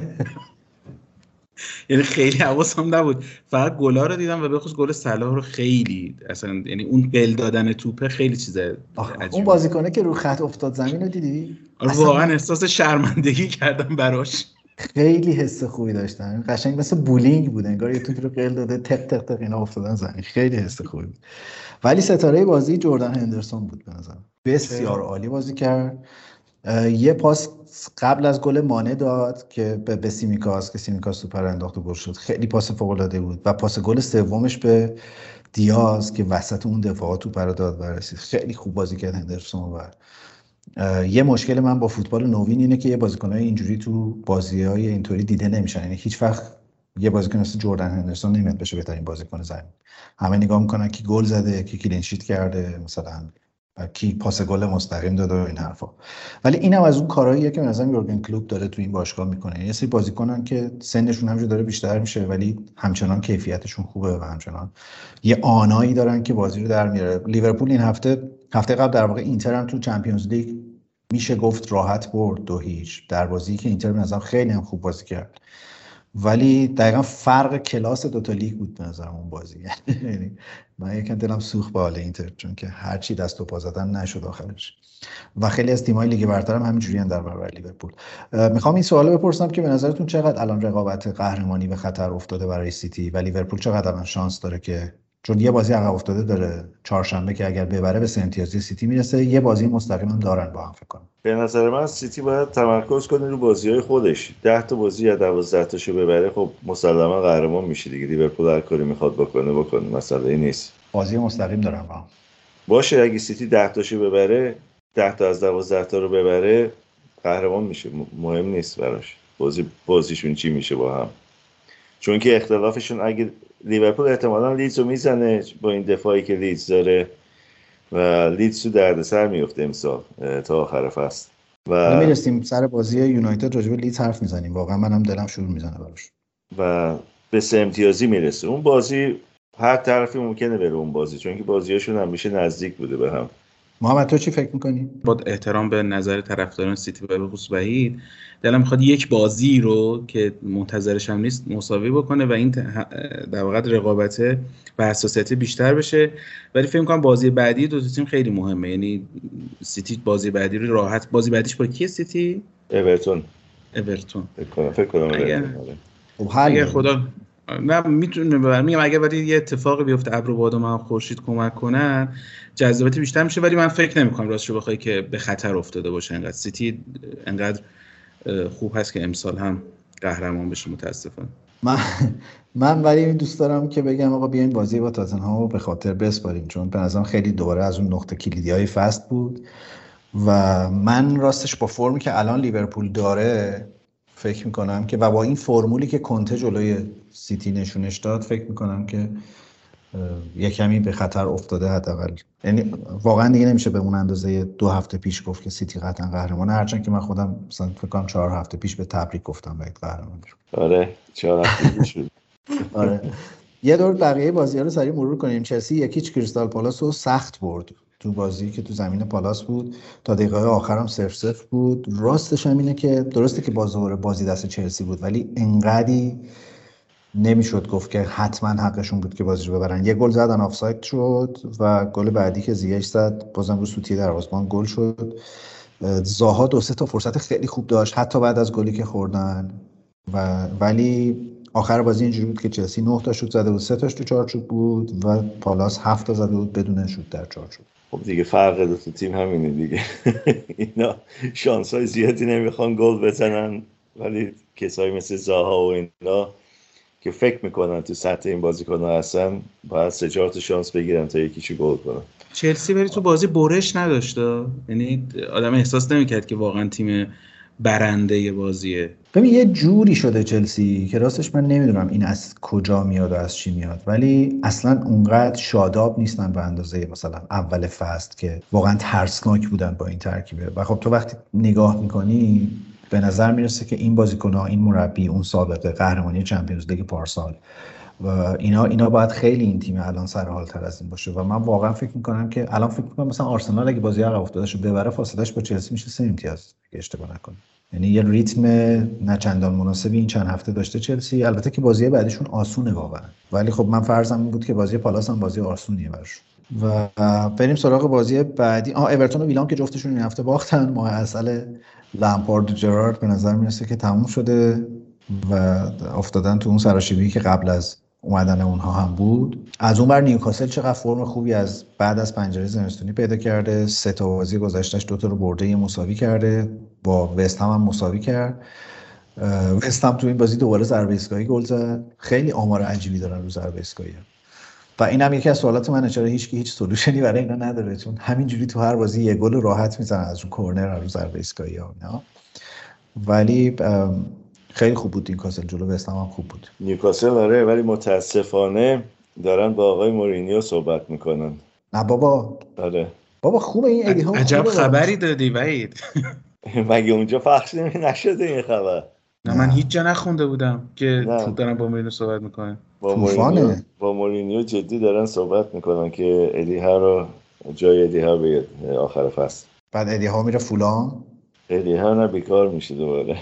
یعنی خیلی حواسم نبود، فقط گلا رو دیدم و به خصوص گل صلاح رو خیلی اصلا، یعنی اون بل دادن توپه خیلی چیز عجیبه. اون بازیکنه که رو خط افتاد زمین رو دیدی؟ آره واقعا احساس شرمندگی کردم براش. خیلی حس خوبی داشتن، قشنگ مثل بولینگ بود، انگار یه توپی رو قل داده تق تق تق اینا افتادن زمین. خیلی حس خوبی بود. ولی ستاره بازی جردن هندرسون بود به نظرم، بسیار عالی بازی کرد. یه پاس قبل از گل مانه داد که به سیمیکاس که سیمیکاس سوپر انداخت و گل شد، خیلی پاس فوق العاده بود. و پاس گل سومش به دیاز که وسط اون دفاعات توپ داد و رسید. خیلی خوب بازی کرد هندرسون. و یه مشکل من با فوتبال نوین اینه که یه بازیکنای اینجوری تو بازی‌های اینطوری دیده نمیشن، یعنی هیچ وقت یه بازیکن مثل جردن هندرسون نمیاد بشه بهترین بازیکن زمین. همه نگاه میکنن کی گل زده، کی کلین شیت کرده، مثلا کی پاس گل مستقیم داده و این حرفا. ولی اینم از اون کارهاییه که مثلا یورگن کلوپ داره تو این باشگاه میکنه. یه سری بازیکنان که سنشون همینجوری داره بیشتر میشه ولی همچنان کیفیتشون خوبه و همچنان یه آنایی دارن که بازی رو در میاره. لیورپول این هفته هفته قبل در واقع اینتر هم تو چمپیونز لیگ میشه گفت راحت برد دو هیچ، در بازی که اینتر مثلا خیلی هم خوب بازی کرد، ولی دقیقا فرق کلاس دوتا لیگ بود به نظرم اون بازی. یعنی من یکم دلم سوخت به حال اینتر، چون که هرچی دست و پا زدن نشد آخرش. و خیلی از تیم‌های لیگ برتر هم همینجوری ان در برابر لیورپول. میخوام این سوالو بپرسم که به نظرتون چقدر الان رقابت قهرمانی به خطر افتاده برای سیتی و لیورپول چقدر الان شانس داره که، چون یه بازی عقب افتاده داره چهارشنبه که اگر ببره به سه امتیازی سیتی میرسه، یه بازی مستقیم هم دارن با هم فکر کنم. به نظر من سیتی باید تمرکز کنه رو بازی‌های خودش. ده تا بازی یا دوازده تاشو ببره خب مسلما قهرمان میشه دیگه. لیورپول هر کاری میخواد بکنه بکنه، مسئله نیست. بازی مستقیم دارن با هم. باشه اگه سیتی ده تاشو ببره، ده تا از دوازده تا رو ببره، قهرمان میشه. مهم نیست براش بازی بازیشون چی میشه با هم. چون که اختلافشون اگه لیورپول احتمالاً لیدز رو میزنه با این دفاعی که لیدز داره و لیدز تو دردسر میفته امسال تا آخر فصل. و میرسیم سر بازی یونایتد راجع به لیدز حرف میزنیم، واقعا منم دلم شروع میزنه براش. و به سه امتیازی میرسه. اون بازی هر طرفی ممکنه بره اون بازی، چون که بازیاشون همیشه نزدیک بوده به هم. محمد تو چی فکر میکنی؟ با احترام به نظر طرفداران سیتی و به خصوص وحید، دلم میخواد یک بازی رو که منتظرش هم نیست مساوی بکنه و این در واقع رقابت و حساسیت بیشتر بشه. ولی فکر میکنم بازی بعدی دو تا تیم خیلی مهمه. یعنی سیتی بازی بعدی رو راحت، بازی بعدیش با کیه سیتی؟ اورتون. اورتون. فکر کنم فکر کنم اگر, اگر خدا نه میتونه میگم اگر ولی یه اتفاقی بیفته ابر و بادام هم خورشید کمک کنن جذابیت بیشتر میشه، ولی من فکر نمی‌کنم راستش بخوای که به خطر افتاده باشه. انقدر سیتی انقدر خوب هست که امسال هم قهرمان بشه متاسفانه. من من ولی دوست دارم که بگم آقا بیاین بازی با تاتنهام رو به خاطر بسپاریم، چون به نظرم خیلی دوباره از اون نقطه کلیدی‌های فصل بود و من راستش با فرمی که الان لیورپول داره فکر میکنم که و با این فرمولی که کنته جلوی سیتی نشونش داد فکر میکنم که یه کمی به خطر افتاده حداقل. یعنی واقعا دیگه نمیشه به اون اندازه دو هفته پیش گفت که سیتی قطعا قهرمانه، هرچند که من خودم مثلا فکر کنم چهار هفته پیش به تبریک گفتم باید قهرمان بشه. آره چهار هفته پیش بود. آره یه دور بقیه بازی‌ها رو سریع مرور کنیم. چلسی یکیچ کریستال پالاس رو سخت برد تو بازی که تو زمین پالاس بود، تا دقیقه آخرام صفر صفر بود. راستش هم اینه که درسته که بازور بازی دست چلسی بود ولی انقدی نمیشد گفت که حتما حقشون بود که بازی رو ببرن. یه گل زدن آفساید شد و گل بعدی که زیش زد بازم رو سوتی دروازه‌بان گل شد. زاها دو سه تا فرصت خیلی خوب داشت حتی بعد از گلی که خوردن و ولی آخر بازی اینجوری بود که چلسی نه تا شوت زده بود، سه تاش تو چارچوب بود و پالاس هفت تا زده بود بدون شوت در چارچوب. خب دیگه فرق دو تا تیم همینه دیگه. اینا شانس‌های زیادی نمیخوان گل بزنن ولی کسایی مثل زاها و اینا که فکر میکنن تو سطح این بازیکن‌ها هستن باید سه چهار تا شانس بگیرن تا یکیشو گل کنن. چلسی ولی تو بازی برش نداشته، یعنی آدم احساس نمیکرد که واقعا تیم برنده بازیه. ببین یه جوری شده چلسی که راستش من نمیدونم این از کجا میاد و از چی میاد، ولی اصلا اونقدر شاداب نیستن به اندازه مثلا اول فصل که واقعا ترسناک بودن با این ترکیبه. و خب تو وقتی نگاه میکنی به نظر میرسه که این بازیکن‌ها، این مربی، اون سابقه قهرمانی چمپیونز لیگ پارسال و اینا اینا باید خیلی این تیم الان سر حال تر از این باشه. و من واقعا فکر میکنم که الان فکر میکنم مثلا آرسنال اگه بازی عقب افتادهشو ببره فاصله‌اش با چلسی میشه سه امتیاز اگه اشتباه نکنم. یعنی یه ریتم نه چندان مناسبی این چند هفته داشته چلسی. البته که بازی بعدیشون آسونه واقعا، ولی خب من فرضم این بود که بازی پالاس هم بازی آسونیه براشون. و بریم سراغ بازی بعدی. آها اورتون و ویلان که جفتشون این هفته باختن. ماه عسل لامپارد و جرارد به نظر میرسه که تموم شده و افتادن تو اون سراشیبی که قبل از اومدن اونها هم بود. از اون بر نیوکاسل چقدر فرم خوبی از بعد از پنجره زمستونی پیدا کرده. سه تا بازی گذشتهش دو تا رو برده، یه مساوی کرده، با وست هم هم مساوی کرد. وست هم تو این بازی دوباره ضربه ایستگاهی گل زد. خیلی آمار عجیبی دارن رو ضربه ایستگاهی و این هم یکی از سوالات منه چرا هیچ کی هیچ سولوشنی برای اینا نداره، چون همینجوری تو هر بازی یه گل راحت میزنن از رو کورنر رو ضربه ایستگاهی ها اینا. ولی خیلی خوب بود نیوکاسل، جلو وست هم خوب بود نیوکاسل. آره ولی متاسفانه دارن با آقای مورینیو صحبت میکنن. نه بابا. آره بابا خوبه این ایدی ها. عجب خبری دادی وحید. مگه اونجا پخش نشده این خبر؟ نه من هیچ جا نخونده بودم که نه. دارن با مورینیو صحبت میکنن. با مورینیو با مورینیو جدی دارن صحبت میکنن که ادی ها رو جای ادی ها بیاد آخر فصل. بعد ادی ها میره فولان. ادی ها نه بیکار میشه دوباره.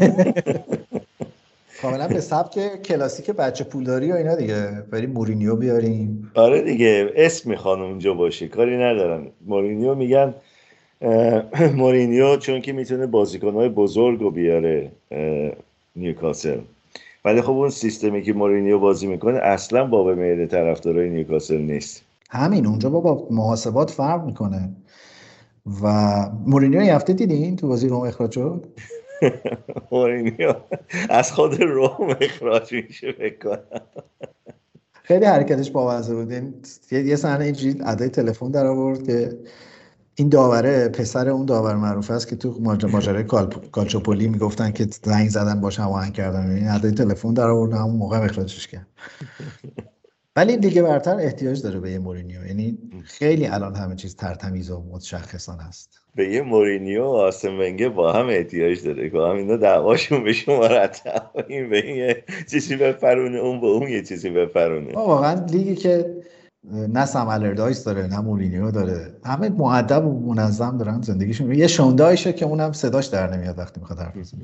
کاملا به سبک کلاسیک بچه پولداری و اینا دیگه، بریم مورینیو بیاریم. آره دیگه اسم میخوان اونجا باشه، کاری ندارن. مورینیو میگن مورینیو چون که میتونه بازیکن‌های بزرگ رو بیاره نیوکاسل، ولی خب اون سیستمی که مورینیو بازی میکنه اصلا باب میل طرفدارای نیوکاسل نیست. همین اونجا بابا محاسبات فرق میکنه. و مورینیو یه هفته دیدین تو بازی روم اخراج شد. مورینیو از خود روم اخراج میشه فکر کنم. خیلی حرکتش بامزه بود. یه صحنه اینجوری ادای تلفن در آورد که این داوره پسر اون داور معروف است که تو ماجرای کالچوپولی میگفتن که زنگ زدن باش هماهنگ کردن، این ادای تلفن در آورد همون موقع اخراجش کرد. ولی دیگه برتر احتیاج داره به یه مورینیو، یعنی خیلی الان همه چیز ترتمیز و متشخصان است. به یه مورینیو و آرسن ونگر با هم احتیاج داره که هم اینا دعواشون بشه مرتب، این به این یه چیزی بپرونه، اون به اون یه چیزی بپرونه. واقعا لیگی که نه سم الردایس داره نه مورینیو داره، همه مؤدب و منظم دارن زندگیشون. یه شوندایشه که اونم صداش در نمیاد وقتی میخواد حرف بزنه.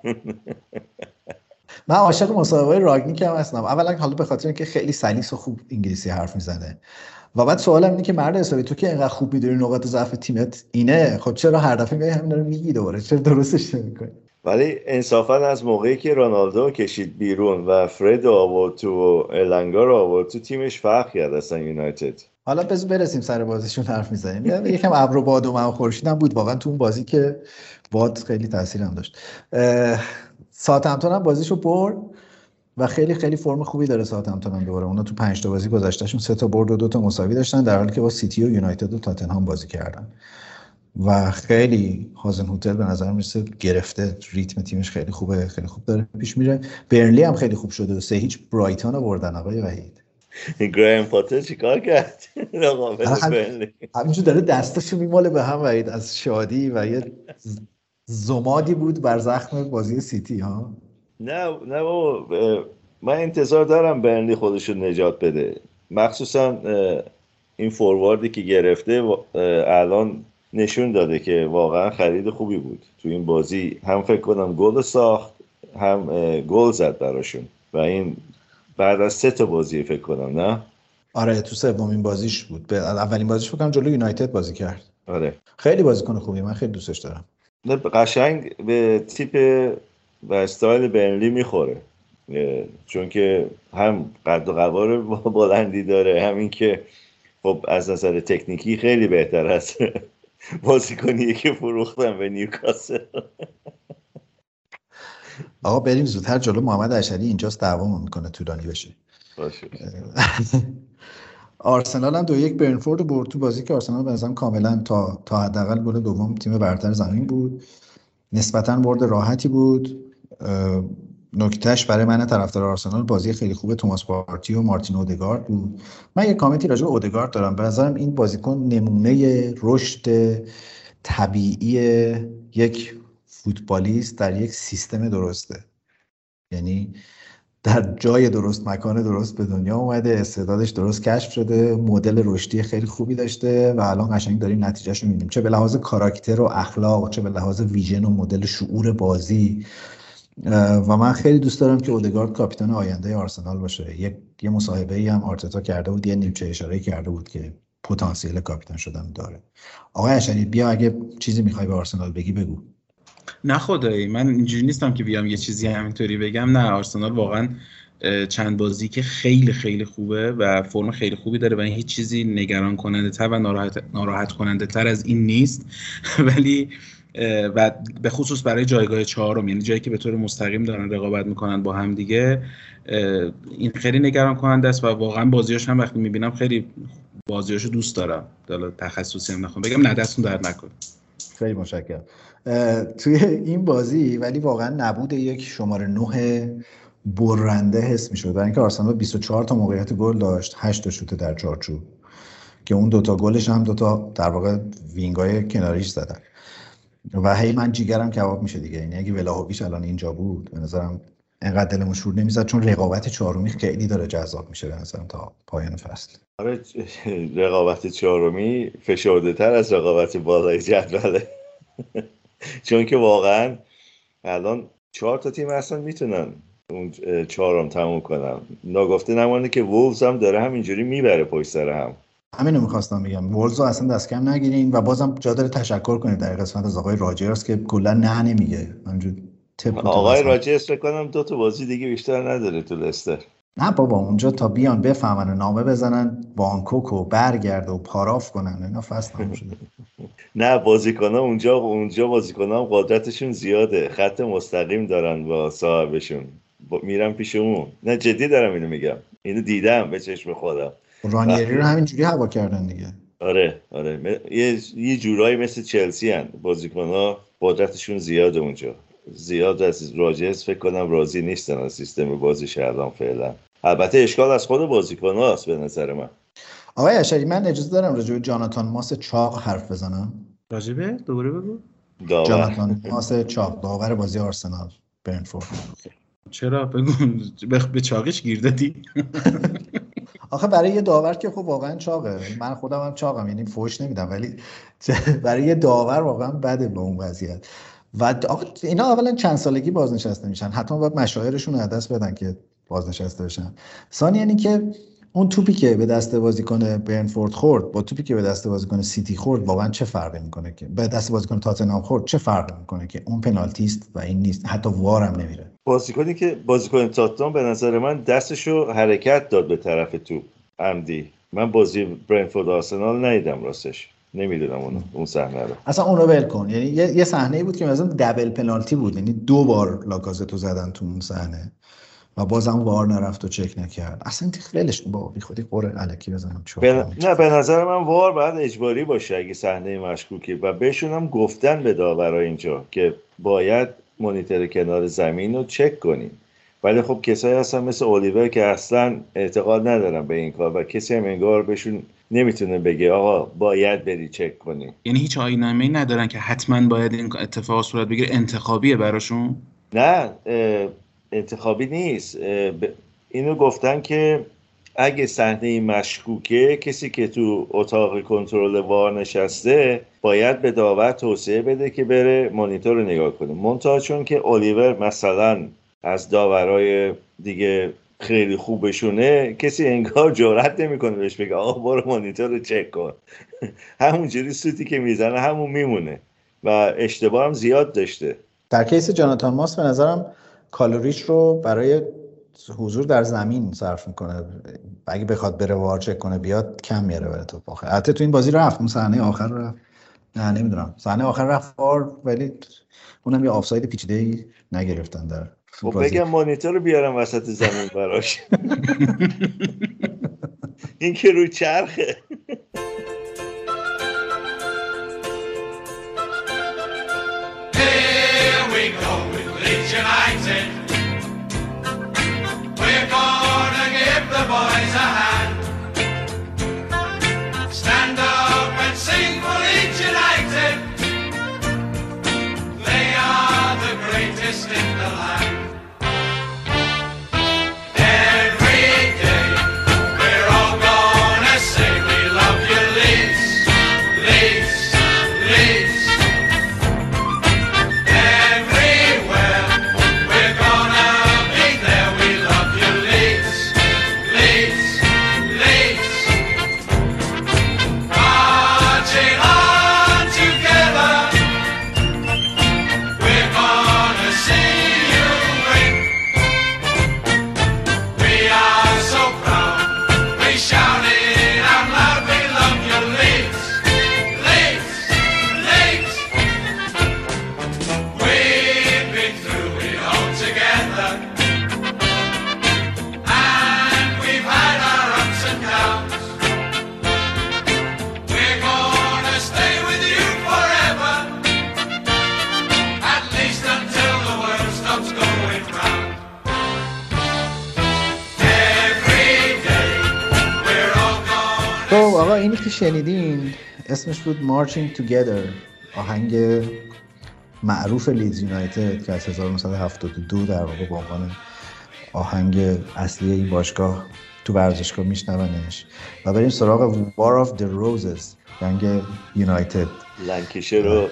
من عاشق مصاحبه‌های راگنیک هم هستم. اولا حالا به خاطر اینکه خیلی سلیس و خوب انگلیسی حرف میزنه و بعد سوالم اینه که مرد حسابی تو که اینقدر خوب میدونی نقاط ضعف تیمت اینه، خب چرا هر دفعه میای همین رو میگی دوباره، چرا درستش نمی‌کنی؟ ولی انصافا از موقعی که رونالدو کشید بیرون و فرد آورد تو، النگا رو آورد تو، تیمش فرق کرد اصلا یونایتد. حالا بذار برسیم سر بازیشون حرف میزنیم. یکم ابر و باد و مه و خورشید هم بود واقعا تو اون بازی که باد خیلی تاثیر هم داشت. ساوثهمپتون هم بازیشو برد و خیلی خیلی فرم خوبی داره ساوثهمپتون هم. دوباره اونا تو پنج تا بازی گذشتهشون سه تا برد و دو تا مساوی داشتن، در حالی که با سیتی و یونایتد و تاتنهام بازی کردن و خیلی هازنهوتل به نظر میرسه گرفته، ریتم تیمش خیلی خوبه، خیلی خوب داره پیش میره. برنلی هم خیلی خوب شده و سه هیچ برایتون رو بردن آقای وحید. گرام پاتر چیکار کرد؟ رقابت برنلی همینجور داره دستاشو میماله به هم وحید از شادی و یه زمادی بود بر زخم بازی سیتی ها. نه نه بابا، من انتظار دارم برنلی خودشو نجات بده، مخصوصا این فورواردی که گرفته الان نشون داده که واقعا خرید خوبی بود تو این بازی. هم فکر کنم گل ساخت، هم گل زد براشون و این بعد از سه تا بازی فکر کنم. نه آره تو سومین بازیش بود، به اولین بازیش فکر کنم جلوی یونایتد بازی کرد. آره خیلی بازیکن خوبیه، من خیلی دوستش دارم. نه قشنگ به تیپ و استایل برنلی میخوره، چون که هم قد و قوار بلندی داره، همین که خب از نظر تکنیکی خیلی بهتر است بازیکنیه که فروختن به نیوکاسل. آقا بریم زودتر جلو، محمد اشری اینجاست دعوامون میکنه طولانی بشه. باشه. آرسنال هم دو یک برنفورد برد تو بازی که آرسنال به نظرم کاملا تا تا حداقل گل دوم تیم برتر زمین بود، نسبتاً برد راحتی بود. نکتهش برای من طرفدار آرسنال بازی خیلی خوب توماس پارتی و مارتین اودگارد بود. من یه کامنتی راجع به اودگارد دارم. به نظرم این بازیکن نمونه رشد طبیعی یک فوتبالیست در یک سیستم درسته، یعنی در جای درست مکان درست به دنیا اومده، استعدادش درست کشف شده، مدل رشدی خیلی خوبی داشته و الان قشنگ داریم نتیجهش رو می‌بینیم، چه به لحاظ کاراکتر و اخلاق، چه به لحاظ ویژن و مدل شعور بازی. و من خیلی دوست دارم که اودگارد کاپیتان آینده آرسنال باشه. یک یه مصاحبه‌ای هم آرتتا کرده بود، یه نیمچه اشاره کرده بود که پتانسیل کاپیتان شدن داره. آقای اشری بیا اگه چیزی می‌خوای به آرسنال بگی بگو. نه خدایی من اینجوری نیستم که بیام یه چیزی همینطوری بگم. نه آرسنال واقعا چند بازی که خیلی خیلی خوبه و فرم خیلی خوبی داره و این هیچ چیزی نگران کننده تر و ناراحت ناراحت کننده تر از این نیست. ولی و به خصوص برای جایگاه چهارم، یعنی جایی که به طور مستقیم دارن رقابت میکنن با هم دیگه، این خیلی نگران کننده است و واقعا بازیاش هم وقتی میبینم خیلی بازیاشو دوست دارم. حالا تخصصی هم نخوام بگم، نه دستون درد نکنه. خیلی متشکرم. توی این بازی ولی واقعا نبود یک شماره نه برنده حس می‌شد، برای اینکه آرسنال بیست و چهار تا موقعیت گل داشت، هشت تا شوت در چارچوب که اون دوتا گلش هم دوتا در واقع وینگای کناریش زدن و هی من جیگرم کباب میشه دیگه. یعنی اگه ولاهویچ الان اینجا بود به نظرم انقدر دلمون شور نمیزد، چون رقابت چهارمی خیلی داره جذاب میشه به نظرم تا پایان فصل. آره رقابت چهارمی فشرده تر از رقابت بالای جدوله چون که واقعا الان چهار تا تیم اصلا میتونن اون چهارم تموم کنن. ناگفته نمانده که وولز هم داره همینجوری میبره پشت سر هم. همینو میخواستم بگم، وولز رو اصلا دست کم نگیرین و بازم جا داره تشکر کنید در قسمت از آقای راجرز که کلا نه نمیگه. همینجور آقای راجرز فکر کنم دو تا بازی دیگه بیشتر نداره تو لستر. نه بابا اونجا تا بیان بفهمن و نامه بزنن بانکوک و برگرده و پاراف کنن اینا فصل تموم شده. نه بازیکن‌ها اونجا اونجا بازیکن‌ها قدرتشون زیاده، خط مستقیم دارن با صاحبشون، میرم پیش اون. نه جدی دارم اینو میگم، اینو دیدم به چشم خودم. رانیری رو همینجوری هوا کردن دیگه. آره آره م... یه یه جورایی مثل چلسی ان بازیکن‌ها قدرتشون زیاده اونجا. زیاد از راجرز فکر کنم راضی نیستن از سیستم بازیش الان فعلا. البته اشکال از خود بازیکن‌هاست به نظر من. آقای اشری من اجازه دارم راجع به جاناتان ماس چاق حرف بزنم؟ راجع به دوباره بگو. داور. جاناتان ماس چاق داور بازی آرسنال برنفورد. چرا بگو به چاقش گیر دادی؟ آخه برای یه داور که خب واقعا چاقه، من خودم هم چاقم یعنی فوش نمیدم، ولی برای یه داور واقعا بده با اون وضعیت. و آقا اینا اولا چند سالگی بازنشسته میشن، حتما باید مشاهیرشون رو دست بدن که بازنشسته بشن. ثانیاً یعنی که اون توپی که به دست بازیکن برنفورد خورد با توپی که به دست بازیکن سیتی خورد واقعا چه فرقی میکنه که به دست بازیکن تاتنهام خورد چه فرقی میکنه که اون پنالتی است و این نیست، حتی وارم نمیره. بازیکنی که بازیکن تاتنهام به نظر من دستشو حرکت داد به طرف توپ عمدی. من بازی برنفورد آرسنال ندیدم راستش، نمیدونم اون اون صحنه رو. اصلا اون رو ول کن، یعنی یه, یه صحنه‌ای بود که مثلا دبل پنالتی بود، یعنی دو بار لاکازتو زدن تو اون صحنه و بازم وار نرفت و چک نکرد. اصلا ولش کن بابا، بی خودی قره الکی بزنم چه بن... نه به نظر من وار باید اجباری باشه اگه صحنه مشکوکی و بهشون هم گفتن به داورا اینجا که باید مانیتور کنار زمین رو چک کنین، ولی خب کسایی هستن مثل الیور که اصلا اعتقاد ندارن به این کار و کسی هم انگار بهشون نمیتونه بگه آقا باید بری چک کنی. یعنی هیچ آیین‌نامه‌ای ندارن که حتما باید این اتفاق صورت بگیره؟ انتخابیه براشون؟ نه انتخابی نیست. اینو گفتن که اگه صحنه مشکوکه کسی که تو اتاق کنترل وار نشسته باید به داور توصیه بده که بره مانیتور رو نگاه کنه. منتها چون که الیور مثلا از داورای دیگه خیلی خوبشونه، کسی انگار جرئت نمیکنه بهش بگه آقا برو مانیتور رو چک کن. همونجوری سوتی که میزنه همون میمونه و اشتباه هم زیاد داشته. در کیس جاناتان ماس به نظرم کالوریچ رو برای حضور در زمین صرف میکنه، اگه بخواد بره وار چک کنه بیاد کم میاره برای توپ آخر. البته تو این بازی رفت، اون صحنه آخر رفت، نه نمیدونم صحنه آخر رفت وار، ولی اونم یه آفساید پیچیده‌ای نگرفتن در خب بگم مانیتور رو بیارم وسط زمین براش. این که رو چرخه. Here we go with Leeds United. We're gonna give the boys a hand. Stand up and sing for Leeds United. They are the greatest in the land. آقا اینی که شنیدین اسمش بود Marching Together، آهنگ معروف لیدز یونایتد که از هزار و نهصد و هفتاد و دو در واقع به عنوان آهنگ اصلی این باشگاه تو ورزشگاه میشنونش. و بریم سراغ War of the Roses، جنگ یونایتد لنکشر و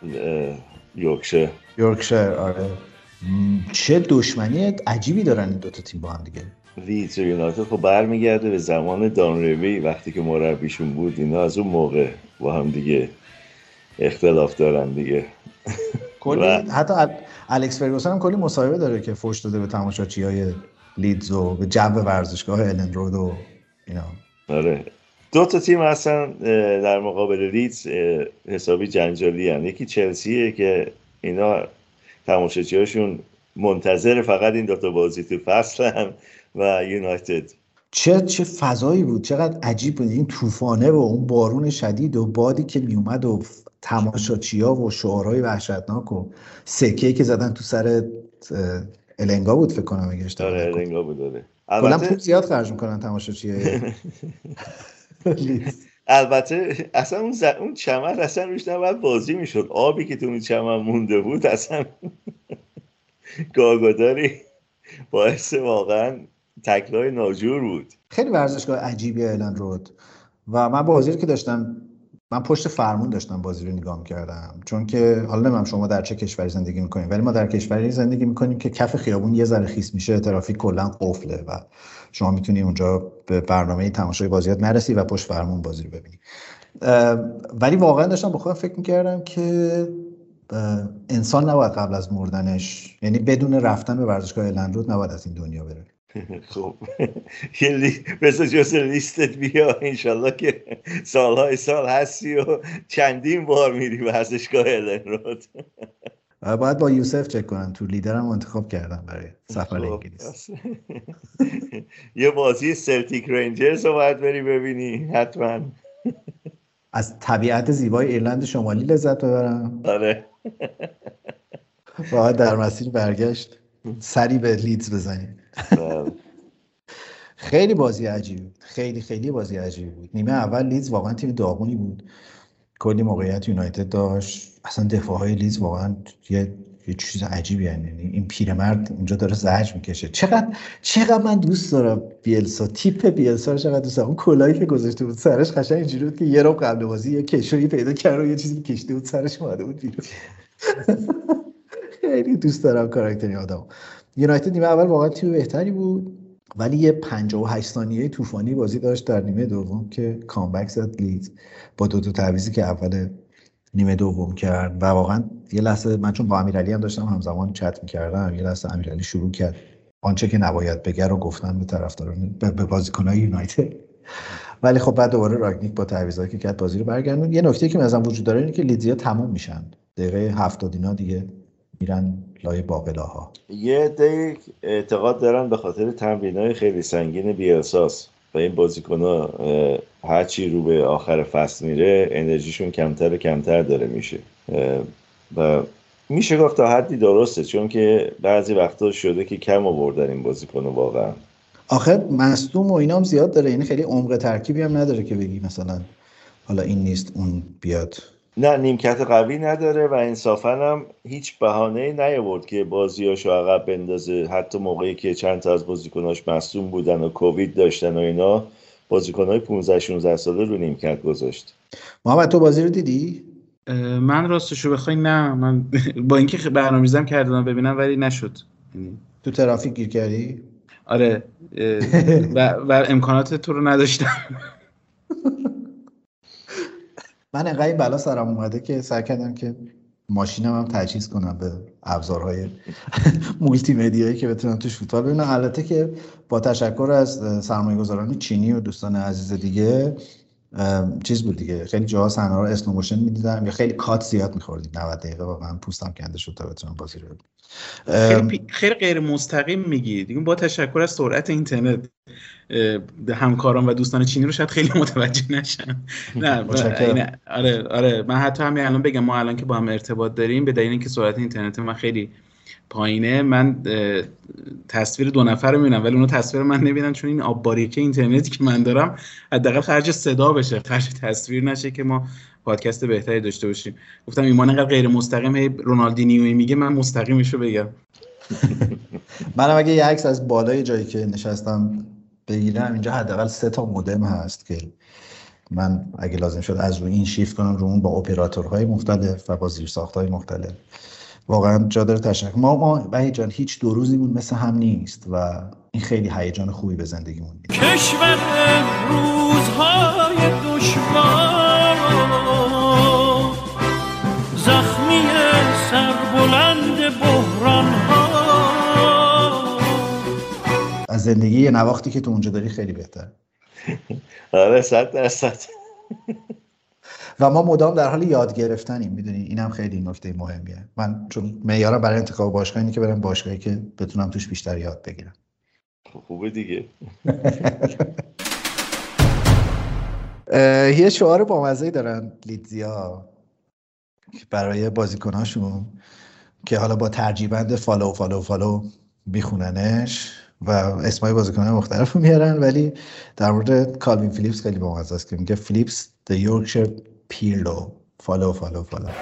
یورکشر. یورکشر آره. چه دشمنی عجیبی دارن این دوتا تیم با هم دیگه. لیدز یونایتد خب برمیگرده به زمان دان روی وقتی که مربیشون بود. اینا از اون موقع با هم دیگه اختلاف دارن دیگه. کلی حتی الکس فرگوسن هم کلی مصاحبه داره که فوش داده به تماشاچیای لیدز و به جو ورزشگاه الن رود و اینا. آره دو تا تیم اصلا در مقابل لیدز حسابی جنجالی هستند. یکی چلسیه که اینا تماشاچیاشون منتظر فقط این دو تا بازی تو فصلن و یونایتد. چه چه فضایی بود، چقدر عجیب بود این طوفانه و اون بارون شدید و بادی که میومد و تماشاچی‌ها و شعارهای وحشتناک و سکه‌ای که زدن تو سر النگا بود فکر کنم اگه اشتباه نکنم. آره النگا بود. آره کلا پول زیاد خرج میکنن تماشاچی‌ها. البته اصلا اون ز... اون چمن اصلا روش نباید بازی میشد. آبی که تو اون چمن مونده بود اصلا گاگاداری باعث واقعا تکلای ناجور بود. خیلی ورزشگاه عجیبیه الن رود و من بازی رو که داشتم، من پشت فرمون داشتم بازی رو نگاه می‌کردم، چون که حالا نمیدونم شما در چه کشوری زندگی می‌کنید ولی ما در کشوری زندگی می‌کنیم که کف خیابون یه ذره خیس میشه، ترافیک کلا قفله و شما میتونی اونجا به برنامه تماشای بازیات نرسی و پشت فرمون بازی رو ببینی. ولی واقعا داشتم با خودم فکر می‌کردم که انسان نباید قبل از مردنش، یعنی بدون رفتن به ورزشگاه الن رود نباید از این دنیا بره. خب یه لی... بسا جز لیستت بیا انشالله که سالهای سال هستی و چندین بار میری ورزشگاه الن رود. باید با یوسف چک کنم، تو لیدرم انتخاب کردم برای سفر انگلیس. یه بازی سلتیک رنجرز رو باید بری ببینی حتما. از طبیعت زیبای ایرلند شمالی لذت ببرم. آره. باید در مسیر برگشت سری به لیدز بزنیم. خیلی بازی عجیبی بود، خیلی خیلی بازی عجیبی بود. نیمه اول لیدز واقعا تیم داغونی بود، کلی موقعیت یونایتد داشت، اصلا دفاعهای لیدز واقعا یه یه چیز عجیبی، یعنی این پیرمرد اونجا داره زجر میکشه. چقدر چقدر من دوست دارم بیلسا، تیپ بیلسا رو چقدر دوست دارم. اون کلاهی که گذاشته بود سرش قشنگ اینجوری بود که یه رو قبل بازی یه کشویی پیدا کرد و یه چیزی کشیده بود سرش اومده بود بیرون. خیلی دوست دارم کاراکتر این آدمو. یونایتد نیمه اول واقعا تیم بهتری بود، ولی یه پنجاه و هشت ثانیه طوفانی بازی داشت در نیمه دوم که کامبک زد لیدز با دو تا تعویضی که اول نیمه دوم کرد. و واقعا یه لحظه من چون با امیرعلی هم داشتم همزمان چت می‌کردم، یه لحظه امیرعلی شروع کرد آنچه که نباید بگه رو گفتن به طرفداران به بازیکن‌های یونایتد. ولی خب بعد دوباره راگنیک با تعویضایی که کرد بازی رو برگردوند. یه نکته که مثلا وجود داره اینه که لیدزیا تموم میشن دقیقه هفتاد اینا دیگه میرن لای باقلاها. یه دیگه اعتقاد دارن به خاطر تمرینای خیلی سنگین بیلساس و این بازیکن‌ها هر چی رو به آخر فصل میره انرژیشون کمتر و کمتر داره میشه و میشه گفت تا حدی درسته، چون که بعضی وقتا شده که کم آوردن این بازیکن‌ها واقعا. آخه مصدوم و اینام زیاد داره، یعنی خیلی عمق ترکیبی هم نداره که بگی مثلا حالا این نیست اون بیاد. نه نیمکت قوی نداره و انصافاً هم هیچ بهانه‌ای نیاورد که بازیاشو عقب بندازه. حتی موقعی که چند تا از بازیکناش مصدوم بودن و کووید داشتن و اینا، بازیکن‌های پانزده شانزده ساله رو نیمکت گذاشت. محمد تو بازی رو دیدی؟ من راستشو بخوای نه، من با اینکه برنامه‌ریزی کردم ببینم ولی نشد. تو ترافیک گیر کردی؟ آره و, و امکانات تو رو نداشتم. من انقدر این بلا سرم اومده که سعی کردم که ماشینم هم تجهیز کنم به ابزارهای مولتی مدیایی که بتونم توش فوتبال ببینم. البته که با تشکر از سرمایه‌گذاران چینی و دوستان عزیز دیگه چیز بود دیگه، خیلی جاها صحنه رو اسلو موشن می‌دیدم یا خیلی کات زیاد می‌خوردیم. نود دقیقه واقعا پوستم کنده شد تا بتونم بازی رو ببینم. خیلی خیلی غیر مستقیم میگی دیگه. با تشکر از سرعت اینترنت همکاران و دوستان چینی رو شاید خیلی متوجه نشن. نه نه آره آره من حتی همین الان بگم ما الان که با هم ارتباط داریم به دلیل اینکه سرعت اینترنت من خیلی پایینه، من تصویر دو نفر رو میبینم ولی اونو تصویر من نمیبینن، چون این آب باریکه اینترنتی که من دارم حداقل خرج صدا بشه، خرج تصویر نشه که ما پادکست بهتری داشته باشیم. گفتم ایمان انقدر غیر مستقیم هی رونالدینیوی میگه، من مستقیمشو بگم. منم اگه یه عکس از بالای جایی که نشستم بگیرم، اینجا حداقل سه تا مودم هست که من اگه لازم شد از روی این شیفت کنم رو اون با اپراتورهای مختلف و با زیرساخت‌های مختلف. واقعا جا داره تشکر. ما ما وحید جان هیچ دو روزیمون مثل هم نیست و این خیلی هیجان خوبی به زندگیمون میده. کشور روزهای دشوار زخمی سربلند بحران‌ها، از زندگی یه نواختی که تو اونجا داری خیلی بهتر. آره صد درصد. و ما مدام در حال یاد گرفتنیم، میدونی اینم خیلی نکته مهمیه. من چون معیارم برای انتخاب باشگاه اینه که برم باشگاهی که بتونم توش بیشتر یاد بگیرم. خوبه دیگه. یه شعار بامزه‌ای دارن لیدزیا برای بازیکناشون که حالا با ترجیبند فالو فالو فالو میخوننش و اسمای بازیکن‌های مختلف رو میارن، ولی در مورد کالوین فیلیپس خیلی بامزه است که میگه فیلیپس the Yorkshire Pirlo follow follow follow.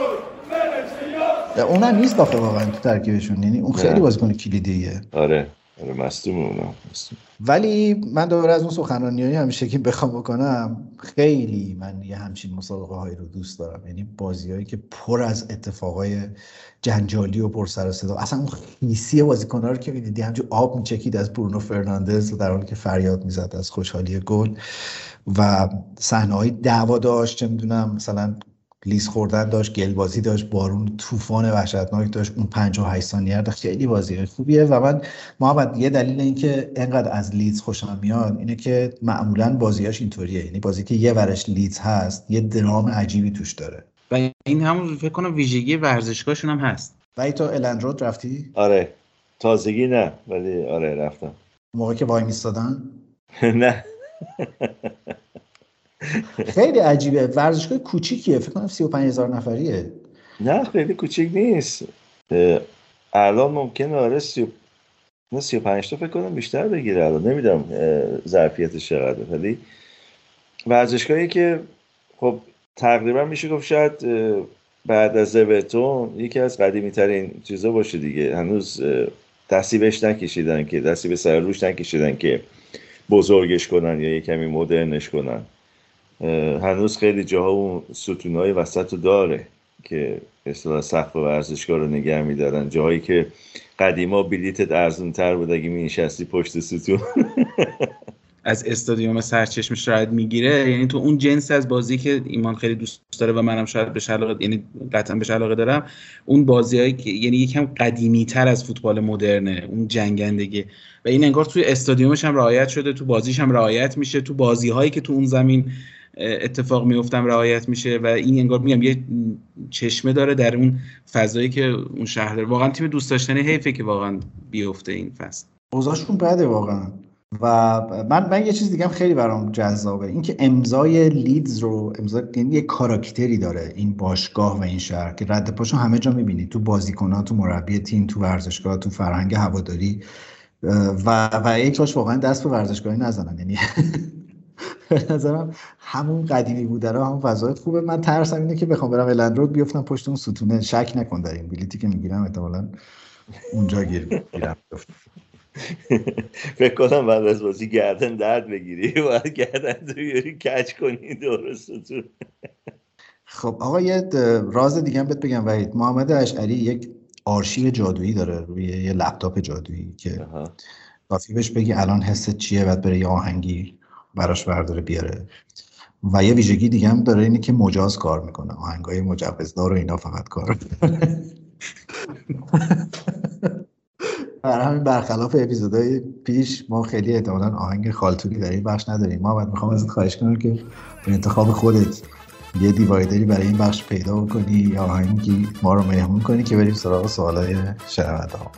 اونم نیست آخه واقعا تو ترکیبشون، یعنی اون خیلی بازیکن کلیدیه. آره آره مصدوم اونا. ولی من دوباره از اون سخنرانی‌های همیشه که بخوام بکنم، خیلی من یه همچین مسابقه هایی رو دوست دارم، یعنی بازی‌هایی که پر از اتفاقای جنجالی و پر سر و صدا. اصلا اون خیسی بازیکن‌ها رو که می‌دیدی همینجور آب می‌چکید از برونو فرناندز در حالی که فریاد می‌زد از خوشحالی گل، و صحنه‌های دعوا داشت، چه می‌دونم مثلا لیز خوردن داشت، گلبازی داشت، بارون طوفان وحشتناک داشت. اون پنجاه و هشت ثانیه رو خیلی بازی خوبیه. و من محمد یه دلیل این که اینقدر از لیدز خوشم میاد اینه که معمولاً بازیاش اینطوریه، یعنی بازی که یه ورش لیدز هست یه درام عجیبی توش داره و این همون فکر کنم ویژگی ورزشگاهشون هم هست. و تو الند رود رفتی؟ آره تازگی نه ولی آره رفتم. موقع که وای میستادن؟ نه خیلی عجیبه. ورزشگاه کوچیکیه، فکر کنم سی و پنج هزار نفریه. نه خیلی کوچیک نیست. الان ممکنه آره سی و پنج تا فکر کنم بیشتر بگیره، الان نمیدونم ظرفیتش چقدره، ولی ورزشگاهی که خب تقریبا میشه گفت شاید بعد از اورتون یکی از قدیمی ترین چیزا باشه دیگه. هنوز دستی بهش نکشیدن که دستی به سر روش نکشیدن که بزرگش کنن یا یه کمی مدرنش کنن. هنوز خیلی جاها اون ستونهای وسط رو داره که اصطلاح سقف ورزشگاه رو نگه می‌دارن. جاهایی که قدیما بلیتت ارزان‌تر بود اگه می‌نشستی پشت ستون از استادیوم سرچشمه شاید میگیره. یعنی تو اون جنس از بازی که ایمان خیلی دوست داره و منم شاید بهش علاقه، یعنی قطعا بهش علاقه دارم، اون بازیایی که یعنی یکم قدیمی‌تر از فوتبال مدرنه، اون جنگندگی، و این انگار توی استادیومش هم رعایت شده، تو بازیش هم رعایت میشه، تو بازی‌هایی که تو اون زمین اتفاق میفتم رعایت میشه، و این انگار میگم یه چشمه داره در اون فضایی که اون شهر داره. واقعا تیم دوست داشتنی، حیفه که واقعا بیفته این فصل. اوضاعشون بده واقعا. و من من یه چیز دیگه هم خیلی برام جذابه، این که امضای لیدز رو امضا، یعنی یه کاراکتری داره این باشگاه و این شهر که رد پاشو همه جا میبینی، تو بازیکن‌ها، تو مربی تیم، تو ورزشگاه، تو فرهنگ هواداری، و و یک کاش واقعا دست به ورزشگاهی نزنن. یعنی به نظرم همون قدیمی بوده رو همون وظایف خوبه. من ترسم اینه که بخوام برم الند رود بیفتم پشت اون ستونه، شک نکن در این بلیتی که میگیرم احتمالاً اونجا گیر میگیرم. فکر کنم بعد از بازی گردن درد بگیری و گردن تو یوری کج کنی دور ستون. خب آقا یه راز دیگه هم بهت بگم وحید، محمد اشعری یک آرشیو جادویی داره روی یه لپتاپ جادویی که کافی بهش بگی الان حست چیه، بعد بره یه آهنگی براش برداره بیاره. و یه ویژگی دیگه هم داره، اینه که مجاز کار میکنه، آهنگای مجوزدار و اینا فقط کار برای همین برخلاف اپیزودهای پیش ما خیلی احتمالاً آهنگ خالتونی در این بخش نداریم. ما بعد میخوام ازت خواهش کنم که به انتخاب خودت یه دیوایدری برای این بخش پیدا بکنی یا آهنگی ما رو مهمون کنی که بریم سراغ سوالای شنونده ها.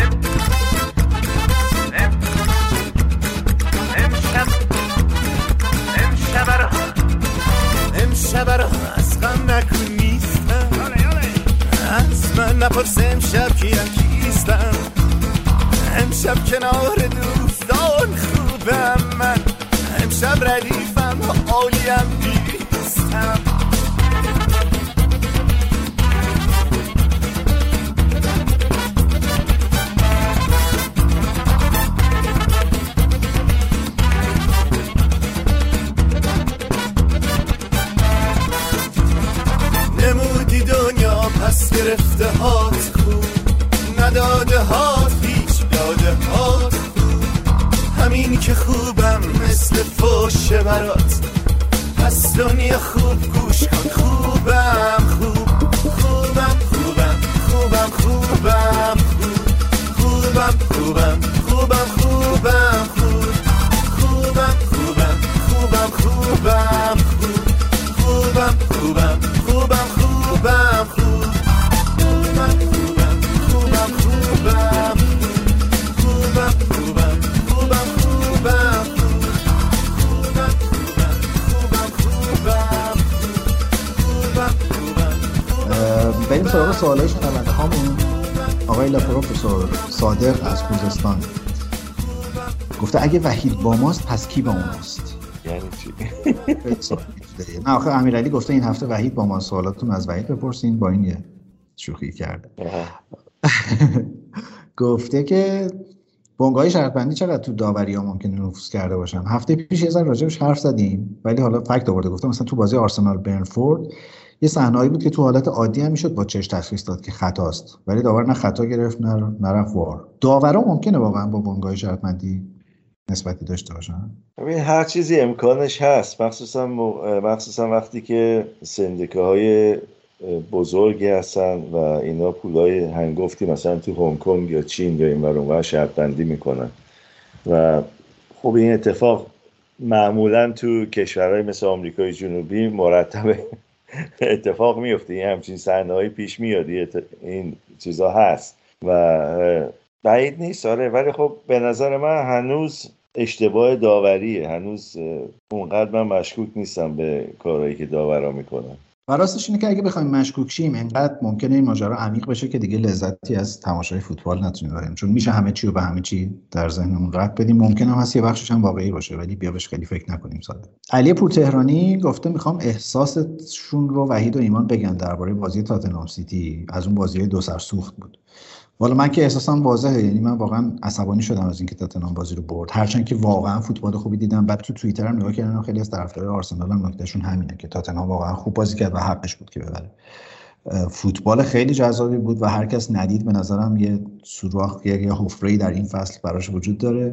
امشب رو از غم نکن نیستم، از من نپرس امشب کیم کیستم، امشب کنار دوستان خوبم من، امشب ردیفم عالیم بیستم. نمودی دنیا پس گرفته هات خوب، نداده هات هیچ داده هات خوب، همین که خوبم مثل فوشه برات، پس دنیا خوب گوش کن، خوبم خوب خوبم خوبم خوبم خوبم خوب خوبم خوبم خوبم خوبم خوبم خوبم خوبم خوبم خوب خوبم خوبم خوبم خوبم خوب خوبم خوبم خوبم خوبم خوبم خوبم خوبم خوبم خوبم خوبم خوبم خوبم خوبم. بریم سراغ سوالای شنونده هامون. آقای لاپروفسور صادق از خوزستان گفته اگه وحید با ماست پس کی با اوناست؟ یعنی چی؟ نه آخه امیرعلی گفته این هفته وحید با ما، سوالاتون از وحید بپرسین، با این یه شوخی کرده. گفته که بونگای شرط بندی چقدر تو داوری ها ممکنه نفوذ کرده باشن؟ هفته پیش یه ذره راجعش حرف زدیم، ولی حالا فکت آورده گفتم مثلا تو بازی آرسنال برنفورد یه صحنه‌ای بود که تو حالت عادی هم میشد با چش تشخیص داد که خطاست، ولی داور نه خطا گرفت نه نرفت وار. داورا ممکنه واقعا با بونگای شرط بندی نسبتی داشته باشن؟ ببین هر چیزی امکانش هست، مخصوصا مخصوصا وقتی که سندیکاهای بزرگی هستن و اینا پولای هنگفتی مثلا تو هنگ کنگ یا چین یا این ور اونور شرط بندی میکنن و خب این اتفاق معمولا تو کشورهای مثل آمریکای جنوبی مرتب اتفاق میفته، این همچین صحنه‌ای پیش میاد، این چیزا هست و بعید نیست. آره ولی خب به نظر من هنوز اشتباه داوریه، هنوز اونقدر من مشکوک نیستم به کارهایی که داورا میکنن. و راستش اینه که اگه بخوایم مشکوک شیم اینقدر ممکنه این ماجرا عمیق بشه که دیگه لذتی از تماشای فوتبال نتونیم ببریم، چون میشه همه چی رو به همه چی در ذهنمون ربط بدیم. ممکنه هست یه بخشش هم واقعی باشه ولی بیا بهش خیلی فکر نکنیم. ساده علی پور تهرانی گفته میخوام احساسشون رو وحید و ایمان بگن درباره بازی تاتنهام سیتی، از اون بازی دو سر سوخت بود. والا من که احساسم واضحه، یعنی من واقعا عصبانی شدم از اینکه تاتنهام بازی رو برد، هرچند که واقعا فوتبال خوبی دیدم. بعد تو توییتر هم نگاه کردم خیلی از طرفدارای آرسنال هم نکتهشون همینه که تاتنهام واقعا خوب بازی کرد و حقش بود که ببره. فوتبال خیلی جذابی بود و هر کس ندید به نظرم یه سوراخ یا حفره‌ای در این فصل براش وجود داره،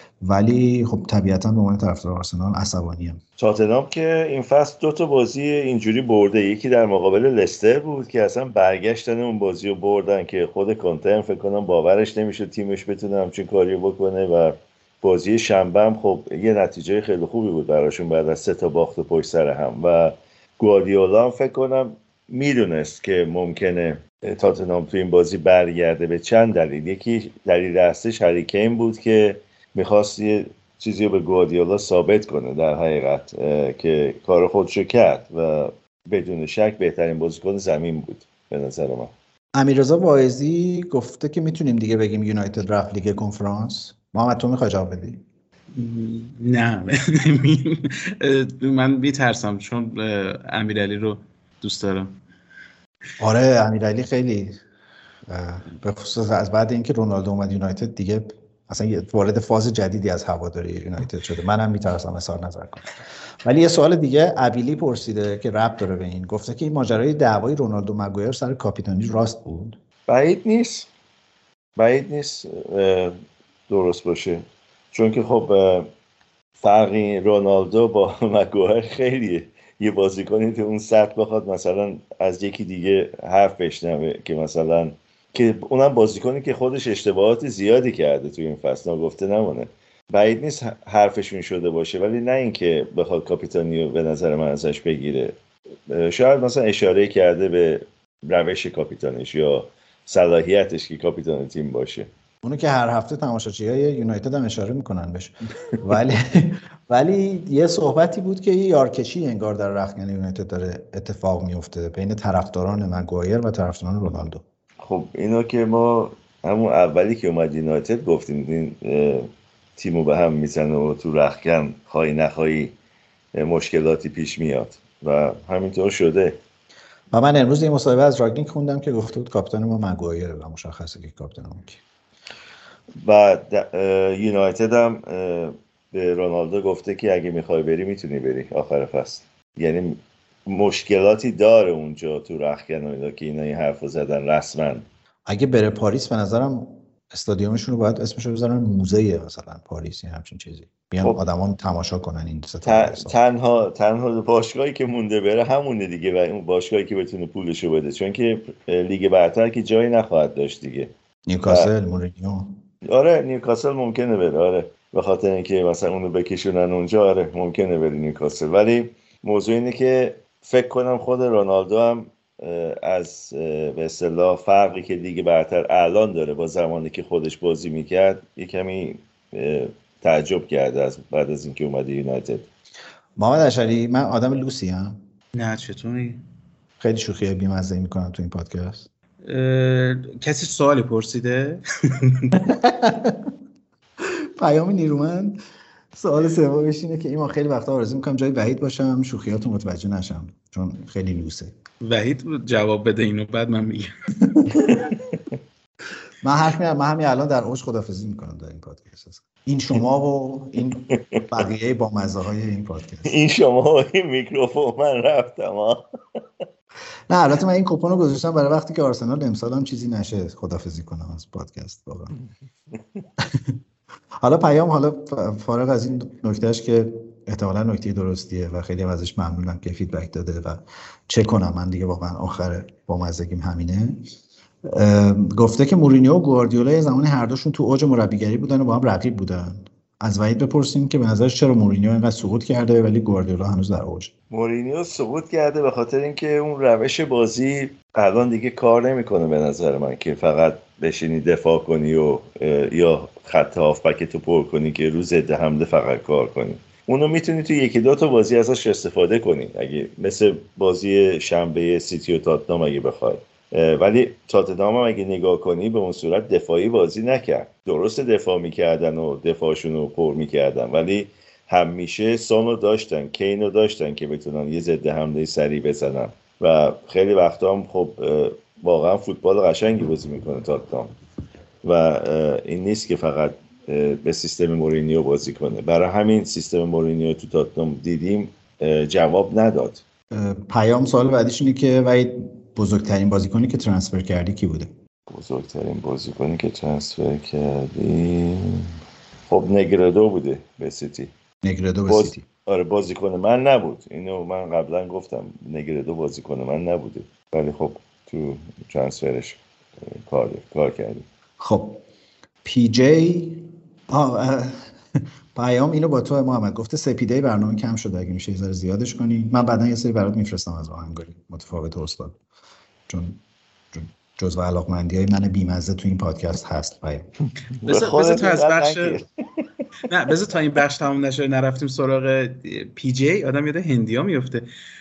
ولی خب طبیعتاً به عنوان طرفدار آرسنال عصبانی‌ام. تاتنهام که این فصل دو تا بازی اینجوری برده، یکی در مقابل لستر بود که اصلا برگشتن اون بازی رو بردن که خود کانتر فکر کنم باورش نمیشه تیمش بتونه همچین کاری بکنه و بازی شنبه هم خب یه نتیجه خیلی خوبی بود براشون بعد از سه تا باخت پشت سر هم و گواردیولا هم فکر کنم میدونست که ممکنه تاتنهام تو این بازی برگرده به چند دلیل. یکی دلیل اصلیش هری کین بود که میخواست یه چیزی رو به گواردیولا ثابت کنه در حقیقت که کار خودشو کرد و بدون شک بهترین بازیکن زمین بود به نظر من. امیررضا واعظی گفته که میتونیم دیگه بگیم یونایتد رفت لیگ کنفرانس. محمد تو میخوای جواب بدی؟ نه من میترسم چون امیرعلی رو دوست دارم. آره امیرعلی خیلی به خصوص از بعد اینکه رونالدو اومد یونایتد دیگه اصلا وارد فاز جدیدی از هواداری یونایتد شده. منم میترسم اظهار نظر کنم. ولی یه سوال دیگه ابیلی پرسیده که ربط داره به این، گفته که این ماجرای دعوای رونالدو مگوایر سر کاپیتانی راست بود؟ بعید نیست بعید نیست درست باشه، چون که خب فرقی رونالدو با مگوایر خیلیه. یه بازیکنی که اون سطح بخواد مثلا از یکی دیگه حرف بشنوه که مثلا که اونم بازیکنی که خودش اشتباهات زیادی کرده توی این فصل نگفته نمونه، بعید نیست حرفشون شده باشه، ولی نه اینکه بخواد کاپیتانی رو به نظر من ازش بگیره. شاید مثلا اشاره کرده به روش کاپیتانش یا صلاحیتش که کاپیتان تیم باشه. اونو که هر هفته تماشاچیای یونایتد هم اشاره میکنن بهش. ولی ولی یه صحبتی بود که یه یارکشی انگار در رختکن یونایتد داره اتفاق میفته بین طرفداران مگوایر و طرفداران رونالدو. خب اینا که ما همون اولی که اومد یونایتد گفتیم این تیمو به هم میزنه و تو رختکن خواهی نخواهی مشکلاتی پیش میاد و همینطور شده. و من امروز یه مصاحبه از راگنیک خوندم که گفته بود کاپیتان ما مگوایر و مشخصه که کاپیتان ما کی. و یونایتد هم به رونالدو گفته که اگه میخوای بری میتونی بری آخر فصل. یعنی مشکلاتی داره اونجا تو رختکن و اینا که اینا این حرفو زدن رسما. اگه بره پاریس به نظرم استادیومشون رو باید اسمش رو بذارن موزه مثلا پاریس یا همچین چیزی، بیان خب آدمان تماشا کنن این تن، تنها تنها باشگاهی که مونده بره همونه دیگه و اون باشگاهی که بتونه پولشو بده، چون که لیگ برتر که جایی نخواهد داشت دیگه. نیوکاسل مورینیو. آره نیوکاسل ممکنه بره، آره به خاطر اینکه مثلا اونو بکشونن اونجا، آره ممکنه بره نیوکاسل. ولی موضوع اینه که فکر کنم خود رونالدو هم از به اصطلاح فرقی که لیگ برتر الان داره با زمانی که خودش بازی میکرد یه کمی تعجب کرده از بعد از اینکه اومده یونایتد. محمد اشعری من آدم لوسی ام. نه چطوری؟ خیلی شوخی بی‌مزه‌ای میکنم تو این پادکست. کسی سوالی پرسیده؟ پیام نیرومند سوال سومش اینه که ایمان خیلی وقتا آرزو میکنم جای وحید باشم شوخیاتو متوجه نشم چون خیلی لوسه. وحید جواب بده اینو بعد من میگم. من حرف میزنم، من همین الان در اوج خدافظی میکنم در این پادکست. این شما و این بقیه با مزه های این پادکست. این شما و این میکروفون من رفتم ها. نه البته من این کوپن رو گذاشتم برای وقتی که آرسنال امسال هم چیزی نشه خدافظی کنم از پادکست واقعا. حالا پیام، حالا فارغ از این نکتهش که احتمالاً نکته درستیه و خیلی هم ازش ممنونم که فیدبک داده و چک کنم، من دیگه واقعا آخر با مزگیم همینه. گفته که مورینیو و گواردیولا زمانی هر دوشون تو اوج مربیگری بودن و با هم رقیب بودن. از وحید بپرسیم که به نظرش چرا مورینیو اینقدر سقوط کرده ولی گواردیولا هنوز در اوج؟ مورینیو سقوط کرده به خاطر اینکه اون روش بازی الان دیگه کار نمیکنه به نظر من، که فقط بشینی دفاع کنی و یا خط هافبک تو پر کنی که رو ضد حمله فقط کار کنی. اونو میتونی تو یکی دو تا بازی ازش استفاده کنی، اگه مثل بازی شنبه سیتی و تاتنهام اگه بخوای. ولی تاتنهام هم اگه نگاه کنی به اون صورت دفاعی بازی نکرد. درست دفاع میکردن و دفاعشون رو پر میکردن ولی همیشه سانو داشتن، کینو داشتن که بتونن یه ضد حمله سریع بزنن و خیلی وقتا هم خب واقعا فوتبال قشنگی بازی میکنه تاتنهام و این نیست که فقط به سیستم مورینیو بازی کنه. برای همین سیستم مورینیو تو تاتنهام دیدیم جواب نداد. پیام سوال بعدیش اینه که وای بزرگترین بازیکنی که ترانسفر کردی کی بوده؟ بزرگترین بازیکنی که ترانسفر کردی خب نگردو بوده به سیتی. نگردو به باز... سیتی. آره بازیکن من نبود، اینو من قبلا گفتم، نگردو بازیکن من نبوده ولی خب تو ترانسفرش کار کار کردی. خب پی جی آه پیام اینو با تو محمد گفته سپیده برنامه کم شده، اگه میشه یه ذره زیادش کنی. من بعدن یه سری برات میفرستم از آهنگاری متفاوت استاد، چون جزو علاقمندیای من بیمزه تو این پادکست هست. پیام بذار تو از بخش نه بذار تا این بخش تموم نشه نرفتیم سراغ پی جی، آدم یاد هندیا میفته.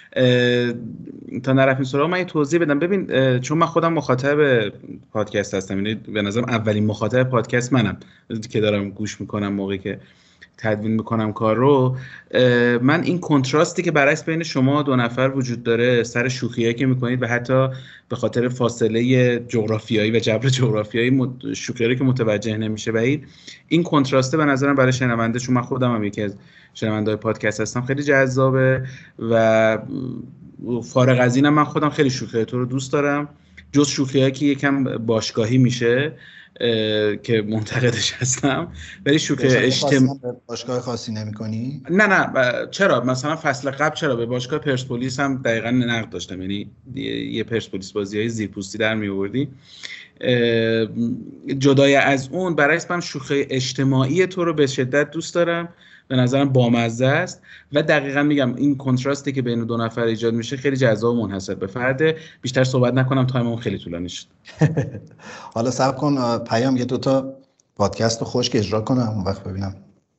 تا نرفتیم سراغ من یه توضیح بدم. ببین چون من خودم مخاطب پادکست هستم، یعنی به نظرم اولین مخاطب پادکست منم که دارم گوش میکنم موقعی که تدوین میکنم کار رو. من این کنتراستی که برعکس بین شما دو نفر وجود داره سر شوخیایی که میکنید و حتی به خاطر فاصله جغرافیایی و جبر جغرافیایی شوخیایی که متوجه نمیشه بعید، این کنتراسته به نظرم برای شنونده، چون من خودم هم یکی از شنونده‌های پادکست هستم، خیلی جذابه و فارغ از اینم من خودم خیلی شوخیای تو رو دوست دارم، جز شوخیایی که یکم باشگاهی میشه که منتقدش هستم، ولی شوخی اجتماعی باشگاه خاصی نمی‌کنی؟ نه نه چرا مثلا فصل قبل چرا به باشگاه پرسپولیس هم دقیقاً نقد داشتم، یعنی یه پرسپولیس بازیای زیرپوستی در می‌آوردی. جدای از اون برعکس من شوخی اجتماعی تو رو به شدت دوست دارم، به نظرم بامزه است و دقیقاً میگم این کنتراستی که بین دو نفر ایجاد میشه خیلی جذاب و منحصر به فرده. بیشتر صحبت نکنم تایممون خیلی طولانی شد. حالا صبر کن پیام یه دوتا پادکست رو خشک اجرا کنم اون وقت ببینم.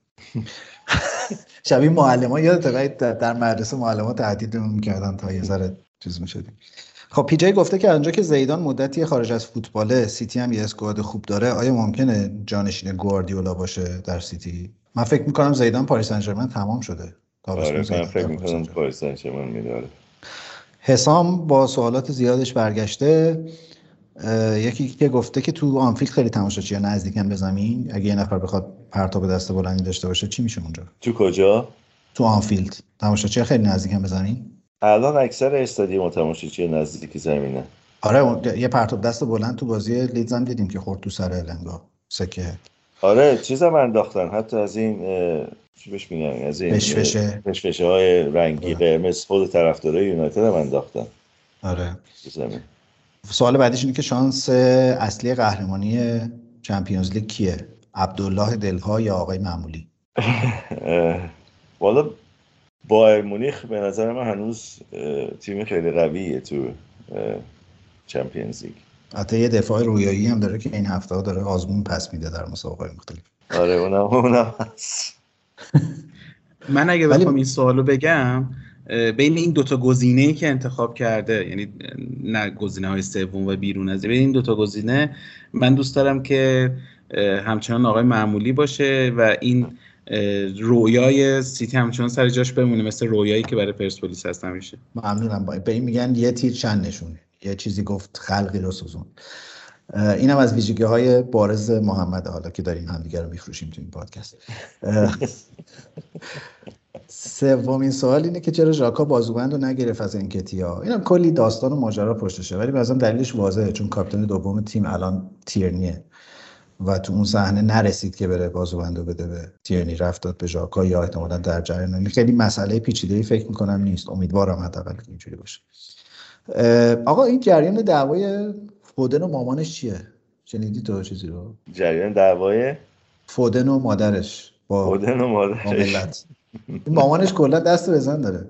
شبیه معلم‌ها یادت در مدرسه معلم‌ها تهدیدمون می‌کردن تا یه ذره چیز می‌شدیم. خب پی جی گفته که اونجا که زیدان مدتی خارج از فوتباله، سیتی هم یه اسکواد خوب داره، آیا ممکنه جانشین گواردیولا باشه در سیتی؟ من فکر میکنم زیدان پاریس سن ژرمن تمام شده. آره من فکر میکنم پاریس سن ژرمن میداره. حسام با سوالات زیادش برگشته. یکی که گفته که تو آنفیلد خیلی تماشاچی نزدیکن به زمین، اگه یه نفر بخواد پرتاب دست بلندی داشته باشه چی میشه اونجا؟ تو کجا؟ تو آنفیلد تماشاچی خیلی نزدیکن به زمین. الان اکثر استادیوم تماشاچی نزدیک زمینه. آره یه پرتاب دست بلند تو بازی لیدز هم دیدیم که خورد تو سر لنگا سکه. آره چیزام انداختن حتی از این چی بهش میگن، از این فشفشه فشفشه‌های رنگی قرمز خود طرفدارای یونایتد هم انداختن. آره زمین. سوال بعدیش اینه که شانس اصلی قهرمانی چمپیونز لیگ کیه؟ عبدالله دلها یا آقای معمولی؟ والا بایر مونیخ به نظر من هنوز تیم خیلی قویه تو چمپیونز لیگ. حتی یه دفاع رویایی هم داره که این هفته ها داره آزمون پس میده در مسابقات مختلف. آره اونم اونم هست. من اگه بخوام این سوالو بگم، بین این دوتا گزینه‌ای که انتخاب کرده، یعنی نه گزینه‌های سوم و بیرون از بین این دوتا گزینه، من دوست دارم که همچنان آقای معمولی باشه و این رویای سیتی همچنان سر جاش بمونه، مثل رویایی که برای پرسپولیس هست همیشه. ممنونم. به این میگن یه تیر چند نشونه، یه چیزی گفت خلقی رو سوزون. اینم از ویژگی های بارز محمد حالا که داریم همدیگه رو میفروشیم تو این پادکست. سومین سوال اینه که چرا ژاکا بازوبند رو نگرفت از انکتیا. اینم کلی داستان و ماجرا پشتشه، ولی بعضی دلیلش واضحه، چون کاپیتان دوم تیم الان تیرنیه و تو اون صحنه نرسید که بره بازوبند رو بده به تیرنی، رفت داد به ژاکا یا احتمالاً در جریان. خیلی مسئله پیچیده‌ای فکر می‌کنم نیست، امیدوارم حداقل که اینجوری باشه. آقا این جریان دعوای فودن و مامانش چیه؟ شنیدی تو چیزی رو؟ جریان دعوای فودن و مادرش با فودن و مادرش. مامانش کلا دست بزن داره.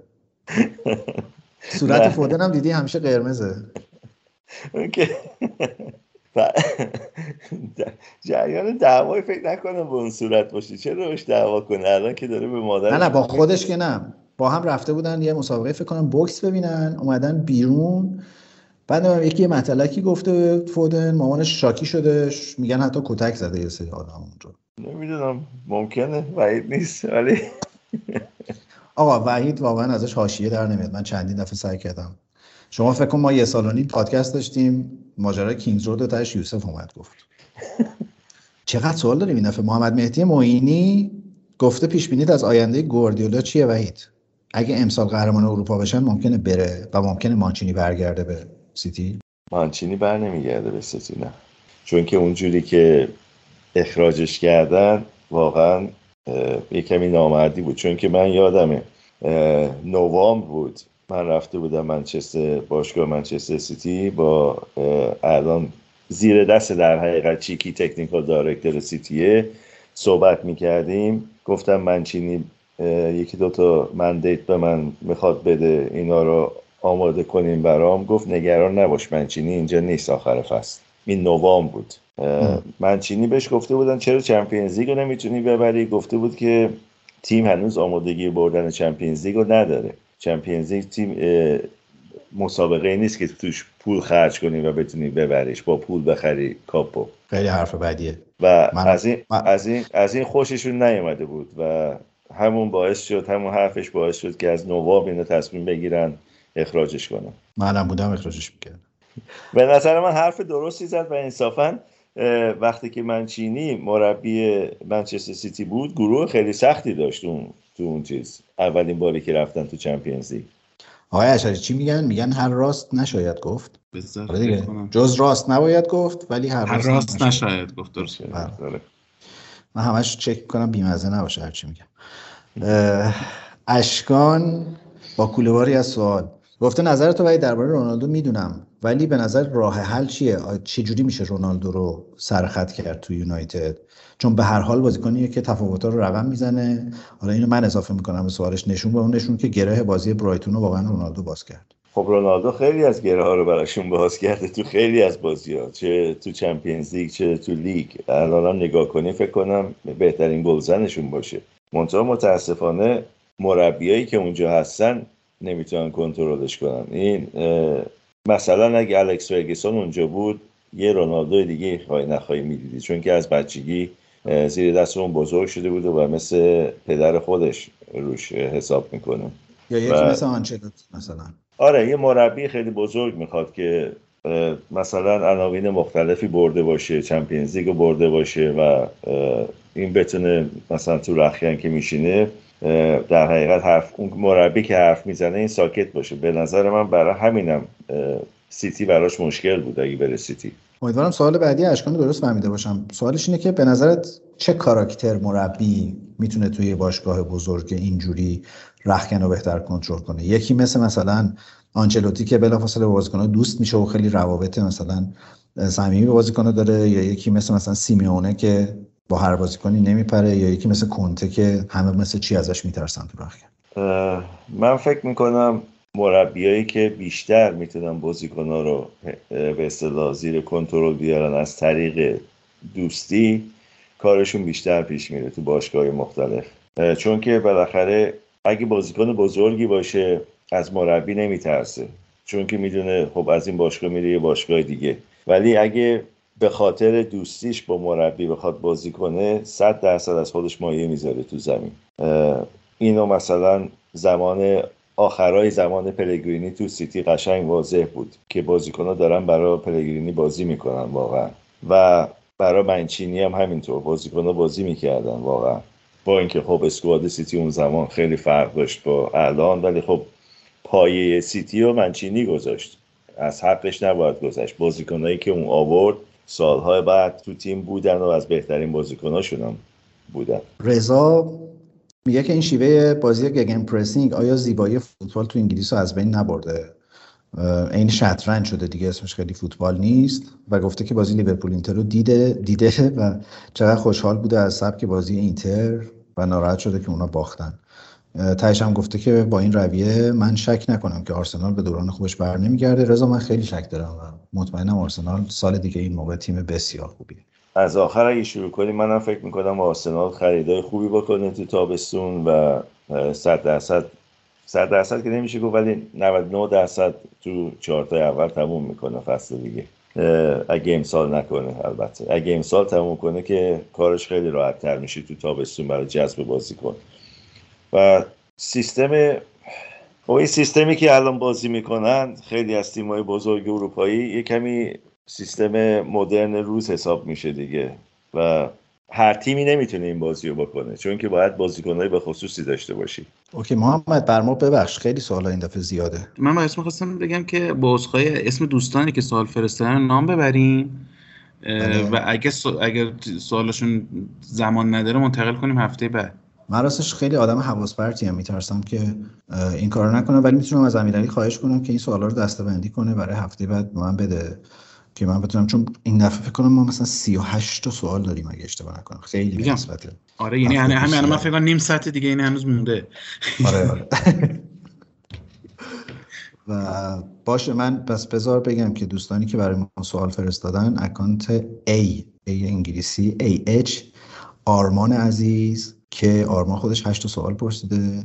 صورت فودن هم دیدی همیشه قرمزه. اوکی. جریان دعوای فکر نکنم به اون صورت باشه. چرا روش دعوا کنه الان که داره به مادرش؟ نه نه با خودش که نه. با هم رفته بودن یه مسابقه فکر کنم بوکس ببینن، اومدن بیرون، بعد هم یکی یه مطلقی گفته فودن، مامانش شاکی شده، میگن حتی کتک زده یه سری آدم اونجا. نمیدونم، ممکنه، وحید نیست ولی آقا وحید واقعا ازش حاشیه در نمیاد. من چندین دفعه سعی کردم. شما فکر کن ما یه سال و نیم پادکست داشتیم، ماجرای کینگز رود تاش یوسف اومد گفت. چقدر سوال داریم این دفعه. محمد مهدی معینی گفته پیش بینیت از آینده گواردیولا چیه وحید؟ اگه امسال قهرمان اروپا بشن ممکنه بره و ممکنه مانچینی برگرده به سیتی. مانچینی بر نمیگرده به سیتی، نه، چون که اونجوری که اخراجش کردن واقعا یه کمی نامردی بود. چون که من یادمه نوامبر بود، من رفته بودم منچستر، باشگاه منچستر سیتی، با الان زیر دست در حقیقت چیکی تکنیکال دایرکتور سیتیه صحبت میکردیم. گفتم منچینی یکی دوتا مندیت به من میخواد بده، اینا رو آماده کنیم برام. گفت نگران نباش، منچینی اینجا نیست آخر فصل. این نوامبر بود. منچینی بهش گفته بودن چرا چمپیونز لیگ رو نمیتونی ببری؟ گفته بود که تیم هنوز آمادگی بردن چمپیونز لیگ رو نداره. چمپیونز لیگ تیم مسابقه نیست که توش پول خرج کنی و بتونی ببریش، با پول بخری کاپو. خیلی حرف بدیه و از این من... از این از این خوششون نیومده بود و همون باعث شد، همون حرفش باعث شد که از نوامبر اینو تصمیم بگیرن اخراجش کنن. منم بودم اخراجش میکردم. به نظر من حرف درستی زد و انصافاً وقتی که منچینی مربی منچستر سیتی بود گروه خیلی سختی داشت اون تو اون چیز، اولین باری که رفتن تو چمپیونز لیگ. آقای اشاری چی میگن؟ میگن هر راست نشاید گفت. دیگه جز راست نباید گفت، ولی هر, هر راست, راست نشاید گفت. درست. من همش چک کنم بیمزه نباشه هر چی میگم. اشکان با کوله‌باری از سوال گفته نظرتو ولی درباره رونالدو میدونم، ولی به نظر راه حل چیه؟ چه جوری میشه رونالدو رو سرخط کرد تو یونایتد؟ چون به هر حال بازیکنیه که تفاوت‌ها رو رقم میزنه. حالا اینو من اضافه میکنم به سوالش، نشون به اون نشون که گره بازی برایتون رو واقعا رونالدو باز کرد. خب رونالدو خیلی از گره ها رو براشون باز کرده تو خیلی از بازی‌ها، چه تو چمپیونز لیگ چه تو لیگ. الان نگاه کنی فکر کنم بهترین گلزنشون باشه. منتها متاسفانه مربیایی که اونجا هستن نمیتونن کنترلش کنن. این مثلا اگه الکس فرگسون اونجا بود یه رونالدو دیگه خواهی نخواهی میدیدی، چون که از بچگی زیر دست اون بزرگ شده بوده و مثل پدر خودش روش حساب میکنه. یا یکی و... مثل آنچلوتی مثلا. آره یه مربی خیلی بزرگ میخواد که مثلا عناوین مختلفی برده باشه، چمپیونز لیگو برده باشه و این بتونه مثلا تو رخیان که میشینه در حقیقت حرف اون مربی که حرف میزنه این ساکت باشه. به نظر من برای همینم سیتی براش مشکل بود اگه بره سیتی. امیدوارم سوال بعدی اشکان درست فهمیده باشم. سوالش اینه که به نظرت چه کاراکتر مربی میتونه توی باشگاه بزرگ اینجوری رخکن رو بهتر کنترل کنه؟ یکی مثل مثلا آنچلوتی که بلافاصله با بازیکن‌ها دوست میشه و خیلی روابط مثلا صمیمی با بازیکن‌ها داره، یا یکی مثل مثلا سیمیونه که با هر بازیکنی نمیپره، یا یکی مثل کنته که همه مثل چی ازش میترسن تو رخکن؟ من فکر میکنم مربیایی که بیشتر میتونن بازیکن‌ها رو به اصطلاح زیر کنترل بیارن از طریق دوستی، کارشون بیشتر پیش میره تو باشگاه‌های مختلف. چون که بالاخره اگه بازیکن بزرگی باشه از مربی نمیترسه، چون که میدونه خب از این باشگاه میره یه باشگاه دیگه. ولی اگه به خاطر دوستیش با مربی بخواد بازی کنه صد درصد از خودش مایه میذاره تو زمین. اینو مثلا زمان آخرای زمان پلگرینی تو سیتی قشنگ واضح بود که بازیکن‌ها دارن برای پلگرینی بازی میکنن واقعا، و برای منچینی هم همینطور بازیکن‌ها بازی میکردن واقعا، با اینکه خب اسکواد سیتی اون زمان خیلی فرق داشت با الان، ولی خب پایه سیتی رو منچینی گذاشت، از حقش نباید گذاشت. بازیکنایی که اون آورد سالهای بعد تو تیم بودن و از بهترین بازیکناشون هم بودن. رضا میگه که این شیوه بازی گگن پرسینگ آیا زیبایی فوتبال تو انگلیس رو از بین نبرده؟ این شطرنج شده دیگه، اسمش خیلی فوتبال نیست، و گفته که بازی لیورپول اینتر رو دیده دیده و چقدر خوشحال بوده از سبک بازی اینتر و ناراحت شده که اونا باختن. تهش هم گفته که با این رویه من شک نکنم که آرسنال به دوران خوبش بر نمیگرده. رضا من خیلی شک دارم و مطمئنم آرسنال سال دیگه این موقع تیم بسیار خوبیه. از آخر اگه شروع کنیم منم فکر میکنم آرسنال خریدای خوبی بکنه تو تابستون و صد درصد صد درصد که نمیشه گفت ولی نود و نه درصد تو چهارتای اول تموم میکنه فصل دیگه، اگه امسال نکنه. البته اگه امسال تموم کنه که کارش خیلی راحت تر میشه تو تابستون برای جذب بازیکن. و سیستم و این سیستمی که الان بازی میکنن خیلی از تیم‌های بزرگ اروپایی یه کمی سیستم مدرن روز حساب میشه دیگه، و هر تیمی نمیتونه این بازی رو بکنه چون که باید بازیکن‌های به خصوصی داشته باشی. اوکی محمد بر ما ببخش خیلی سوالا این دفعه زیاده. من با اسم خواستم بگم که با عذرخواهی اسم دوستانی که سوال فرستادن نام ببریم و اگه سو... اگه سوالشون زمان نداره منتقل کنیم هفته بعد. من راستش خیلی آدم حواس پرتی ام، میترسم که این کارو نکنم، ولی میتونم از امیرعلی خواهش کنم که این سوالا رو دسته‌بندی کنه برای هفته بعد به من بده که من بتونم، چون این دفعه فکر کنم ما مثلا سی و هشت تا سوال داریم اگه اشتباه نکنم. خیلی نسبته. آره یعنی همین همین الان من فکر کنم نیم ساعت دیگه این هنوز مونده. آره آره. و باشه من پس بذار بگم که دوستانی که برای ما سوال فرستادن اکانت A A انگلیسی ای اچ آرمان عزیز که آرمان خودش هشت تا سوال پرسیده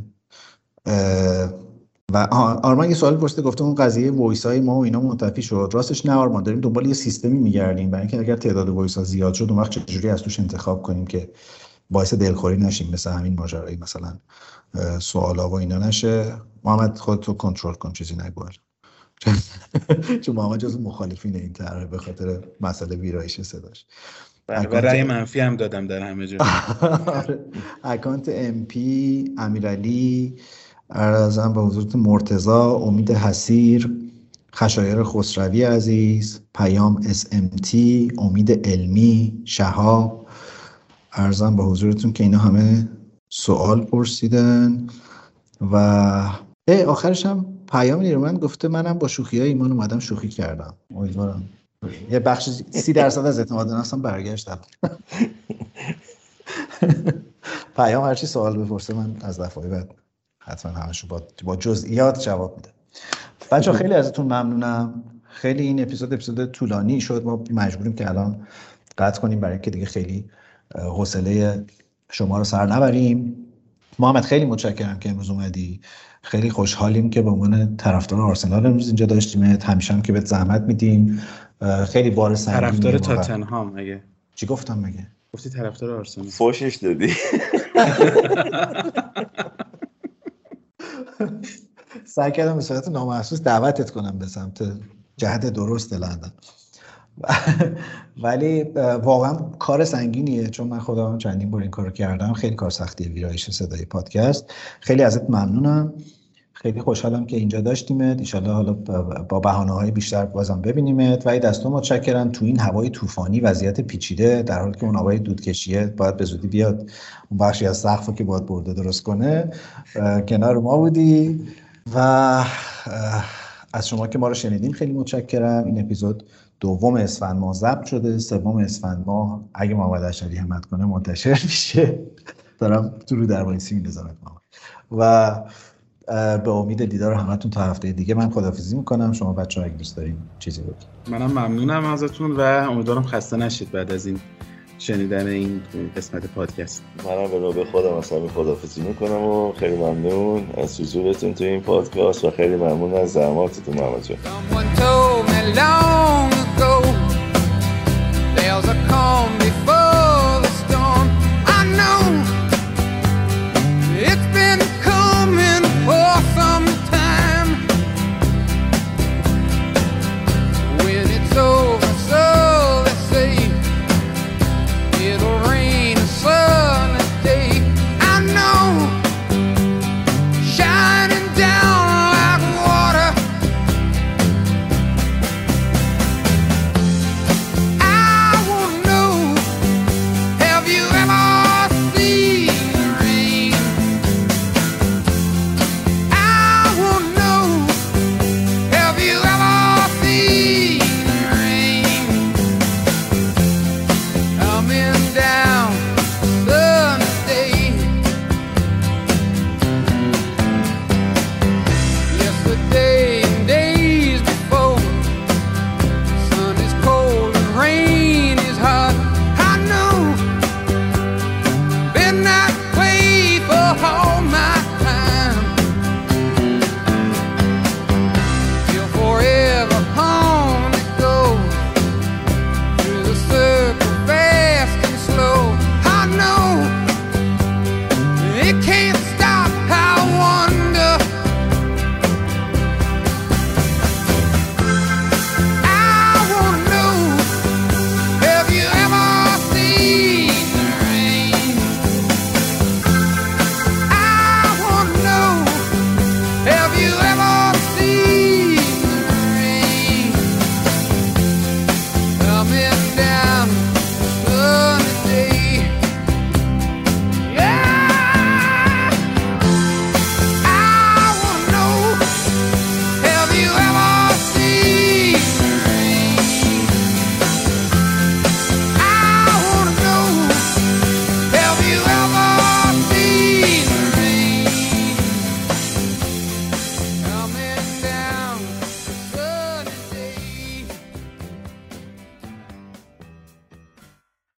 و آرمان یه سوال پرسیده گفته اون قضیه وایسای ما و اینا منتفی شد. راستش نه آرمان، داریم دنبال یه سیستمی میگردیم برای اینکه اگر تعداد وایسا زیاد شد اون وقت چجوری از توش انتخاب کنیم که باعث دلخوری نشیم، مثلا همین ماجرایی مثلا سوالا و اینا نشه. محمد خودتو کنترل کن چیزی نگو چون محمد جزو مخالفین این طرح به خاطر مسئله ویرایش صداش. و رأی منفی هم دادم در همه جا. اکانت ام پی امیرعلی، ارزم به حضورت مرتضی، امید حسیر، خشایار خسروی عزیز، پیام اس ام تی، امید علمی، شهاب، ارزم به حضورتون که اینا همه سوال پرسیدن. و ای آخرش هم پیام نیرومند گفته منم با شوخی‌های ایمان اومدم شوخی کردم. امیدوارم یه بخش سی درصد از اعتماد نفسم برگشتم. پیام هرچی سوال بپرسه من از دفعه بعد حتما همشو با با جزئیات جواب میدم. بچه‌ها خیلی ازتون ممنونم. خیلی این اپیزود اپیزود طولانی شد، ما مجبوریم که الان قطع کنیم برای اینکه دیگه خیلی حوصله شما رو سر نبریم. محمد خیلی متشکرم که امروز اومدی. خیلی خوشحالیم که به عنوان طرفدار آرسنال امروز اینجا داشتیمت. همیشه هم که بهت زحمت میدیم. خیلی بار سنگینه. طرفدار تاتنهام مگه؟ چی گفتم مگه؟ گفتی طرفدار آرسنال. فوشش دادی. سعی کردم به صورت نامحسوس دعوتت کنم به سمت جهت درست لندن. ولی واقعا کار سنگینیه، چون من خودم چندین بار این کارو کردم. خیلی کار سختیه ویرایش صدای پادکست. خیلی ازت ممنونم. خیلی خوشحالم که اینجا داشتیمت. ان شاءالله حالا با بهانه‌های بیشتر بازم ببینیمت. و دستو متشکرم. تو این هوای طوفانی وضعیت پیچیده، در حالی که اون آقای دودکشیه باید به زودی بیاد اون بخشی از سقفو که باید برده درست کنه، کنار ما بودی. و از شما که ما رو شنیدین خیلی متشکرم. این اپیزود دوم اسفند ماه ضبط شده، سوم اسفند ماه اگه محمد اشعری همت کنه منتشر میشه. دارم تو رو در وایسی می‌ذارم و به امید دیدار همتون تا هفته دیگه. من خداحافظی میکنم. شما بچه‌ها اگه دوست دارین چیزی بگید. منم ممنونم ازتون و امیدوارم خسته نشید بعد از این شنیدن این قسمت پادکست. منم به نوبه خودم اصلا خداحافظی میکنم و خیلی ممنون از حضورتون تو این پادکست و خیلی ممنون از زحماتتون محمد جان.